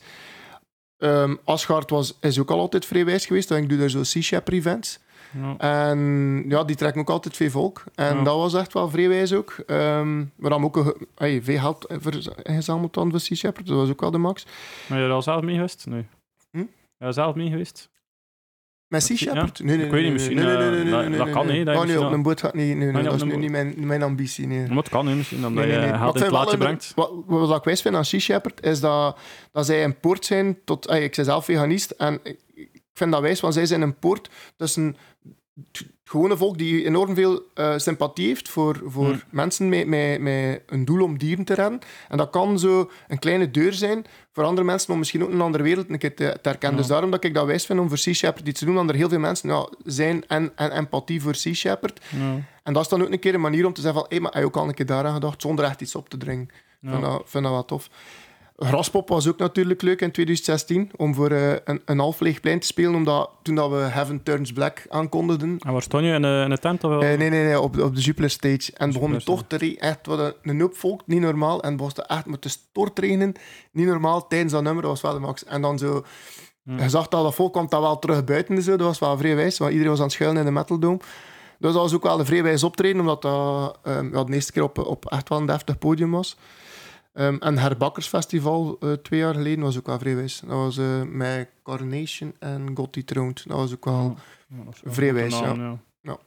Um, Asgaard was, is ook al altijd vrij wijs geweest. Ik doe daar zo Sea Shepherd events. Ja. En ja, die trekken ook altijd veel volk. En Ja. dat was echt wel vrij wijs ook. Um, we hebben ook een, hey, veel geld ingezameld dan voor Sea Shepherd. Dat was ook wel de max. Ben je er al zelf mee geweest? Nee. Hm? Ben je er zelf mee geweest? Met Sea Ja. Shepherd? Nee, nee, Ik weet niet, nee, misschien, nee, nee, eh, nee, nee, dat- nee, nee, dat nee, kan, nee. hè, dat je Oh nee, misschien op een boot gaat niet. Nee, nee, Ah, ja, dat op is een nu boot. niet mijn, mijn ambitie. Nee. Maar het kan, hè, misschien. Dan Nee, ben je nee, nee. Maar geld ik in het vind wel laadje een- brengt. Wat, wat ik wijs vind aan Sea Shepherd is dat, dat zij een poort zijn tot... Ay, ik ben zelf veganist en ik, ik vind dat wijs, want zij zijn een poort tussen het gewone volk die enorm veel uh, sympathie heeft voor, voor Hmm. mensen met, met, met een doel om dieren te redden. En dat kan zo een kleine deur zijn voor andere mensen om misschien ook een andere wereld een keer te, te herkennen. Ja. Dus daarom dat ik dat wijs vind om voor Sea Shepherd iets te doen, want er heel veel mensen ja, zijn en, en empathie voor Sea Shepherd. Ja. En dat is dan ook een keer een manier om te zeggen van, hé, maar heb je ook al een keer daaraan gedacht, zonder echt iets op te dringen. Ik vind, Ja. dat, vind dat wel tof. Graspop was ook natuurlijk leuk in twintig zestien, om voor uh, een, een half leeg plein te spelen, omdat toen dat we Heaven Turns Black aankondigden. En waar stond je? In de, in de tent? Of wel? Uh, nee, nee, nee, op, op de Jupiler Stage. En begon Jupiler toch te regenen. Echt, wat een, een hoop volk, niet normaal. En het was echt met de stortregenen, niet normaal, tijdens dat nummer, dat was wel de max. En dan zo, Hmm. je zag dat dat volk kwam dat wel terug buiten, zo. Dat was wel vrij wijs, want iedereen was aan het schuilen in de Metal Dome. Dus dat was ook wel een vrij wijs optreden, omdat dat um, ja, de eerste keer op, op echt wel een deftig podium was. Um, en Herbakkersfestival uh, twee jaar geleden was ook wel vrij wijs. Dat was uh, met Carnation en God Dethroned. Dat was ook wel... Ja, dat is wel vrij een wijs, naam, ja. ja.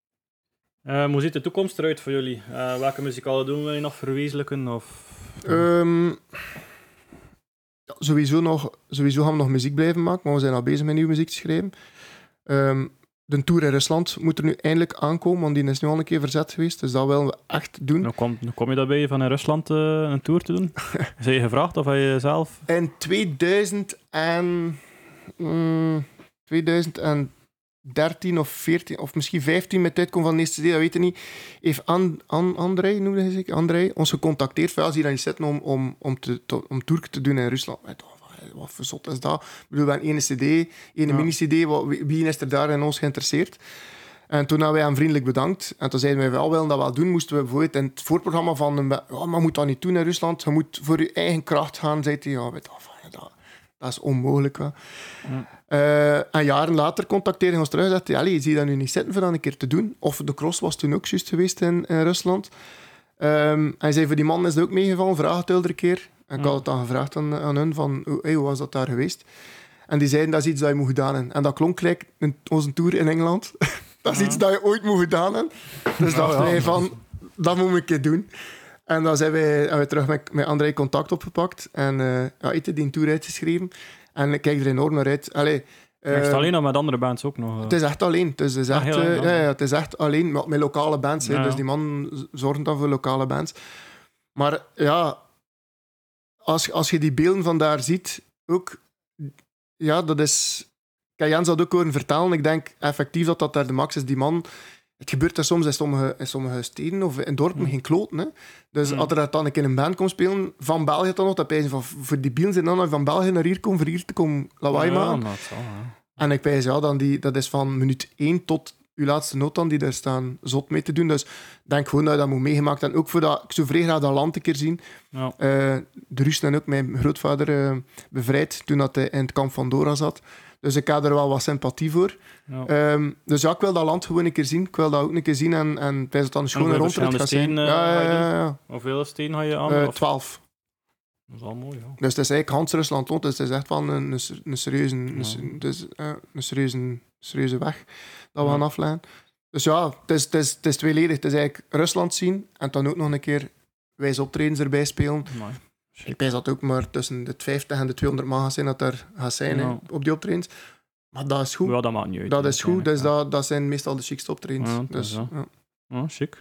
Uh, hoe ziet de toekomst eruit voor jullie? Uh, welke muzikale doen wil je nog verwezenlijken? Of... Um, ja, sowieso, nog, sowieso gaan we nog muziek blijven maken, maar we zijn al bezig met nieuwe muziek te schrijven. Um, de tour in Rusland moet er nu eindelijk aankomen, want die is nu al een keer verzet geweest, dus dat willen we echt doen. Nou kom, nou kom je daarbij van in Rusland uh, een tour te doen? Zijn je gevraagd of heb je zelf... In tweeduizend en, mm, tweeduizend dertien of veertien of misschien vijftien met tijd komt van de eerste C D, dat weet ik niet, heeft An, An, André, noemde hij zich, André, ons gecontacteerd van ja, zie je dan niet zitten om, om, om, te, te, om tour te doen in Rusland. Wat, wat voor zot is dat? Ik bedoel, we hebben één C D, één ja. mini-C D, wat, wie is er daar in ons geïnteresseerd? En toen hebben wij hem vriendelijk bedankt. En toen zeiden wij, wel willen dat wel doen, moesten we bijvoorbeeld in het voorprogramma van een, ja, maar je moet dat niet doen in Rusland, je moet voor je eigen kracht gaan, zei hij, ja, weet je, dat, dat is onmogelijk. Ja. Ja. Uh, en jaren later contacteerde hij ons terug en zei, je ziet dat nu niet zitten voor dat een keer te doen. Of de cross was toen ook juist geweest in, in Rusland. Um, hij zei, voor die man is het ook meegevallen, vraag het iedere keer. En ik had het dan gevraagd aan, aan hun, van, hey, hoe was dat daar geweest? En die zeiden, dat is iets dat je moet gedaan hebben. En dat klonk gelijk in onze tour in Engeland. Dat is ja. iets dat je ooit moet gedaan hebben. Dus ja, dachten wij ja. van, dat moet ik een keer doen. En dan zijn wij, hebben we terug met, met André contact opgepakt. En uh, ja, heeft die tour uitgeschreven. En ik kijk er enorm naar uit. Allee, uh, is het alleen of met andere bands ook nog? Uh... Het is echt alleen. Het is, het is, echt, ah, uh, ja, ja, het is echt alleen met, met lokale bands. Ja, ja. Dus die man zorgt dan voor lokale bands. Maar ja, als, als je die beelden van daar ziet, ook, ja, dat is... Kijk, Jens had ook horen vertellen. Ik denk effectief dat dat daar de max is. Die man... Het gebeurt er soms in sommige, in sommige steden of in dorpen mm. geen kloten. Hè. Dus mm. als er dan een keer een band komt spelen, van België dan nog, dat pijzen van voor die bielen zijn dan van België naar hier komen, voor hier te komen lawaai ja, maken. Ja, dat zal, ja. En ik pijs, ja, dan die, dat is van minuut één tot uw laatste noot dan die daar staan zot mee te doen. Dus ik denk gewoon dat je dat moet meegemaakt. En ook voor dat, ik zou vrij graag dat land een keer zien. Ja. Uh, de Russen en ook mijn grootvader uh, bevrijd toen dat hij in het kamp van Dora zat. Dus ik heb er wel wat sympathie voor. Ja. Um, dus ja, ik wil dat land gewoon een keer zien. Ik wil dat ook een keer zien en, en ik wijs dat dan een schone rondrit gaat zijn. Uh, ja, ja, ja, ja. Hoeveel steen ga je aan? Uh, twaalf. Dat is al mooi, ja. Dus het is eigenlijk Hans-Rusland rond. Dus het is echt wel een, een, een, serieuze, een, ja. dus, uh, een serieuze, serieuze weg dat we ja. gaan afleggen. Dus ja, het is, het, is, het is tweeledig. Het is eigenlijk Rusland zien en dan ook nog een keer wijze optredens erbij spelen. Mooi. Ik denk dat ook maar tussen de vijftig en de tweehonderd man gaat zijn dat er gaat zijn ja. hè, op die optredens. Maar dat is goed. Ja, dat maakt niet uit. Dat is goed, dus ja. dat, dat zijn meestal de chicste optredens. Ja, dus, ja. Ja. Ja, chic.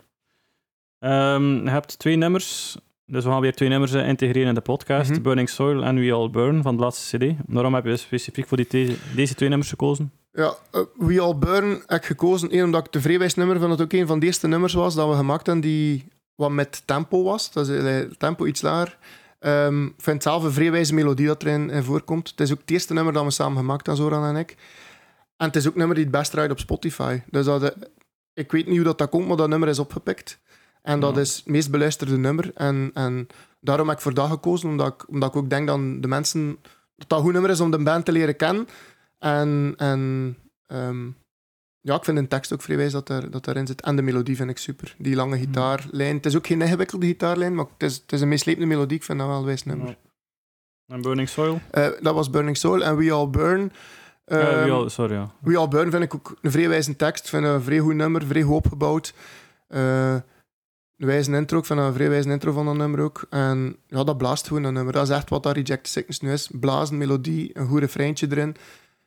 Um, je hebt twee nummers, dus we gaan weer twee nummers uh, integreren in de podcast. Mm-hmm. Burning Soil en We All Burn van de laatste cd. Waarom heb je specifiek voor die te- deze twee nummers gekozen? Ja, uh, We All Burn heb ik gekozen. Eén, omdat ik de vrijwijs nummer van het ook een van de eerste nummers was dat we gemaakt hebben die wat met tempo was. Dat is uh, tempo iets lager. Um, ik vind het zelf een vrij wijze melodie dat erin in voorkomt. Het is ook het eerste nummer dat we samen gemaakt hebben, Zoran en ik. En het is ook een nummer die het best draait op Spotify. Dus dat, uh, ik weet niet hoe dat, dat komt, maar dat nummer is opgepikt. En dat ja. is het meest beluisterde nummer. En, en daarom heb ik voor dat gekozen, omdat ik, omdat ik ook denk dat de mensen... dat dat een goed nummer is om de band te leren kennen. En... en um, ja, ik vind de tekst ook vrij wijs dat, er, dat erin zit. En de melodie vind ik super. Die lange gitaarlijn. Het is ook geen ingewikkelde gitaarlijn, maar het is, het is een meeslepende melodie. Ik vind dat wel een wijs nummer. Ja. En Burning Soil? Uh, dat was Burning Soil. En We All Burn... Um, uh, we all, sorry, ja. We All Burn vind ik ook een vrij wijze tekst. Ik vind het een vrij goed nummer, vrij goed opgebouwd. Uh, een wijze intro. Ik vind dat een vrij wijze intro van dat nummer ook. En ja, dat blaast gewoon, dat nummer. Dat is echt wat dat Rejected Sickness nu is. Blazen, melodie, een goed refreintje erin.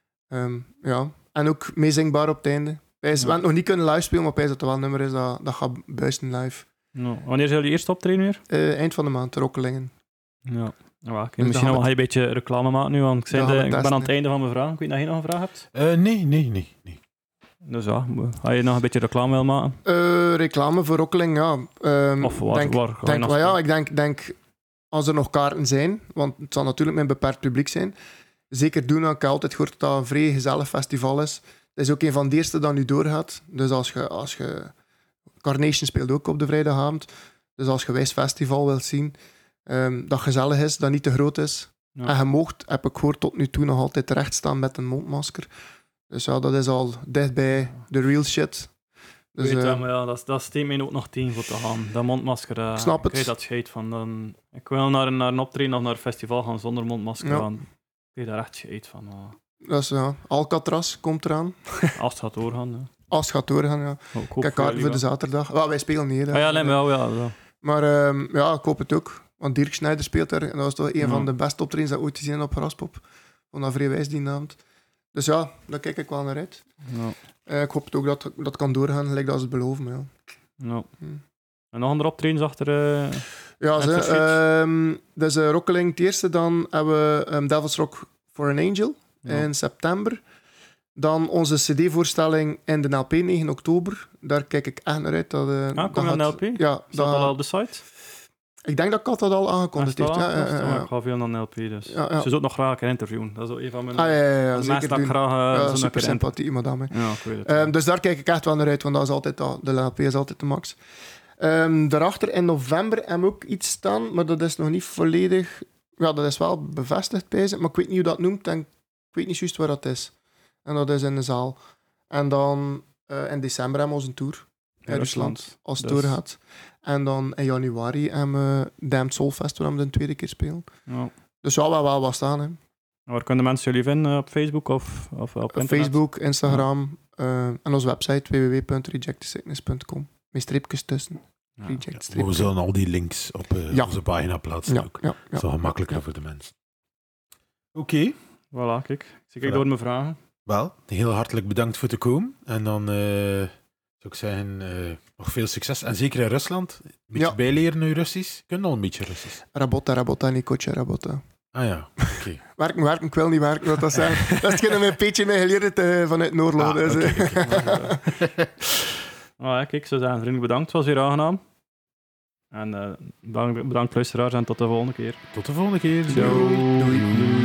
Um, ja. En ook meezingbaar op het einde. Wij ja. hebben nog niet kunnen live spelen, maar bij dat het wel een nummer is dat, dat gaat buiten live. No. Wanneer zullen jullie eerst optreden weer? Uh, eind van de maand, Rokkelingen. Ja. Ja, okay. dus misschien nog een beetje reclame maken nu, want ik, zei de, ik ben aan het einde van mijn vraag. Ik weet dat je nog een vraag hebt? Uh, nee, nee, nee, nee. Dus ja, ga je nog een beetje reclame wil maken? Uh, reclame voor Rokkeling, ja. Um, of waar? Denk, waar denk, well, ja, ik denk, denk, als er nog kaarten zijn, want het zal natuurlijk met een beperkt publiek zijn, zeker doen. Ik heb altijd gehoord dat dat een vrij gezellig festival is. Het is ook een van de eerste dat nu doorgaat. Dus als je, als je... Carnation speelt ook op de vrijdagavond. Dus als je Wijs Festival wilt zien, um, dat gezellig is, dat niet te groot is. Ja. En je moogt, heb ik gehoord, tot nu toe nog altijd terecht staan met een mondmasker. Dus ja, dat is al dicht bij de real shit. Dus, weet uh, je, maar ja, dat, dat steekt mij ook nog tegen voor te gaan. Dat mondmasker, uh, ik snap het. Ik dat scheid van. Dan, ik wil naar een, naar een optreden of naar een festival gaan zonder mondmasker. Ja. Ik krijg daar echt scheid van. Uh. Dus ja, Alcatraz komt eraan. Als het gaat doorgaan. Ja. Als het gaat doorgaan, ja. Oh, ik Kijk, kaart voor de zaterdag. Well, wij spelen niet. Hè. Ah, ja, nee, maar ja, ja, ja. Maar um, ja, ik hoop het ook. Want Dirk Schneider speelt er. En dat was toch een ja. van de beste optredens dat ooit te zien hebben op Graspop. Van dat vrij wijs die avond. Dus ja, daar kijk ik wel naar uit. Ja. Uh, ik hoop het ook dat dat kan doorgaan, gelijk dat ze het beloven. Ja. Ja. Hmm. En nog andere optredens achter... Uh, ja, ze, um, dus uh, Rokkeling het eerste. Dan hebben we um, Devil's Rock for an Angel ja. in september. Dan onze cd-voorstelling in de L P negen oktober. Daar kijk ik echt naar uit. Dat, uh, Ah, dat kom je aan de gaat- L P? Ja, Is dat dat- al op de site? ik denk dat Kat dat al aangekondigd Ah, heeft. is Ja, dat al ja, ja, aangekondigd? ja. Ik ga veel aan de L P, dus. Ja, ja. Ze zou ook nog graag een keer interviewen. Dat is ook een van mijn... Ah, ja, ja, ja, de zeker mensen dat ik doen. graag... uh, Ja, zo'n super keer inter- sympathiek, madame. Ja, ik weet het. Um, dus daar kijk ik echt wel naar uit, want dat is altijd al, de L P is altijd de max. Um, daarachter in november hebben we ook iets staan, maar dat is nog niet volledig... Ja, dat is wel bevestigd bij ze, maar ik weet niet hoe dat noemt en ik weet niet juist waar dat is. En dat is in de zaal. En dan uh, in december hebben we onze tour in In Rusland, Rusland. als het Dus- doorgaat. En dan in januari hebben we Damned Soul Fest, waar we de tweede keer spelen. Ja. Dus ja, wel, wel wat staan, hè. Waar kunnen mensen jullie vinden? Op Facebook of, of op internet? Facebook, Instagram uh, en onze website w w w punt reject the sickness punt com. Met streepjes tussen. Ja. Reject We streepjes. zullen al die links op uh, Ja. onze pagina plaatsen Ja, ook. ja, Dat ja. is wel gemakkelijker voor de mensen. Oké. Voilà, kijk. Zie ik Voilà. door mijn vragen. Wel, heel hartelijk bedankt voor te komen. En dan uh, zou ik zeggen, uh, nog veel succes. En zeker in Rusland. Een beetje Ja. bijleren nu Russisch. Kun je al een beetje Russisch? Rabota, rabota, Nicoche, rabota. Ah ja, oké. Werken, werken, ik wil niet werken, wat dat zijn. Dat is hetgeen dat mijn Peetje mij geleerd heeft uh, vanuit Noorlo. Ah, dus, oké, uh. oké. Oh, ja, kijk, ik zou zeggen, vriendelijk bedankt. Het was weer aangenaam. En uh, bedankt, bedankt luisteraars en tot de volgende keer. Tot de volgende keer. Ciao. Doei. Doei.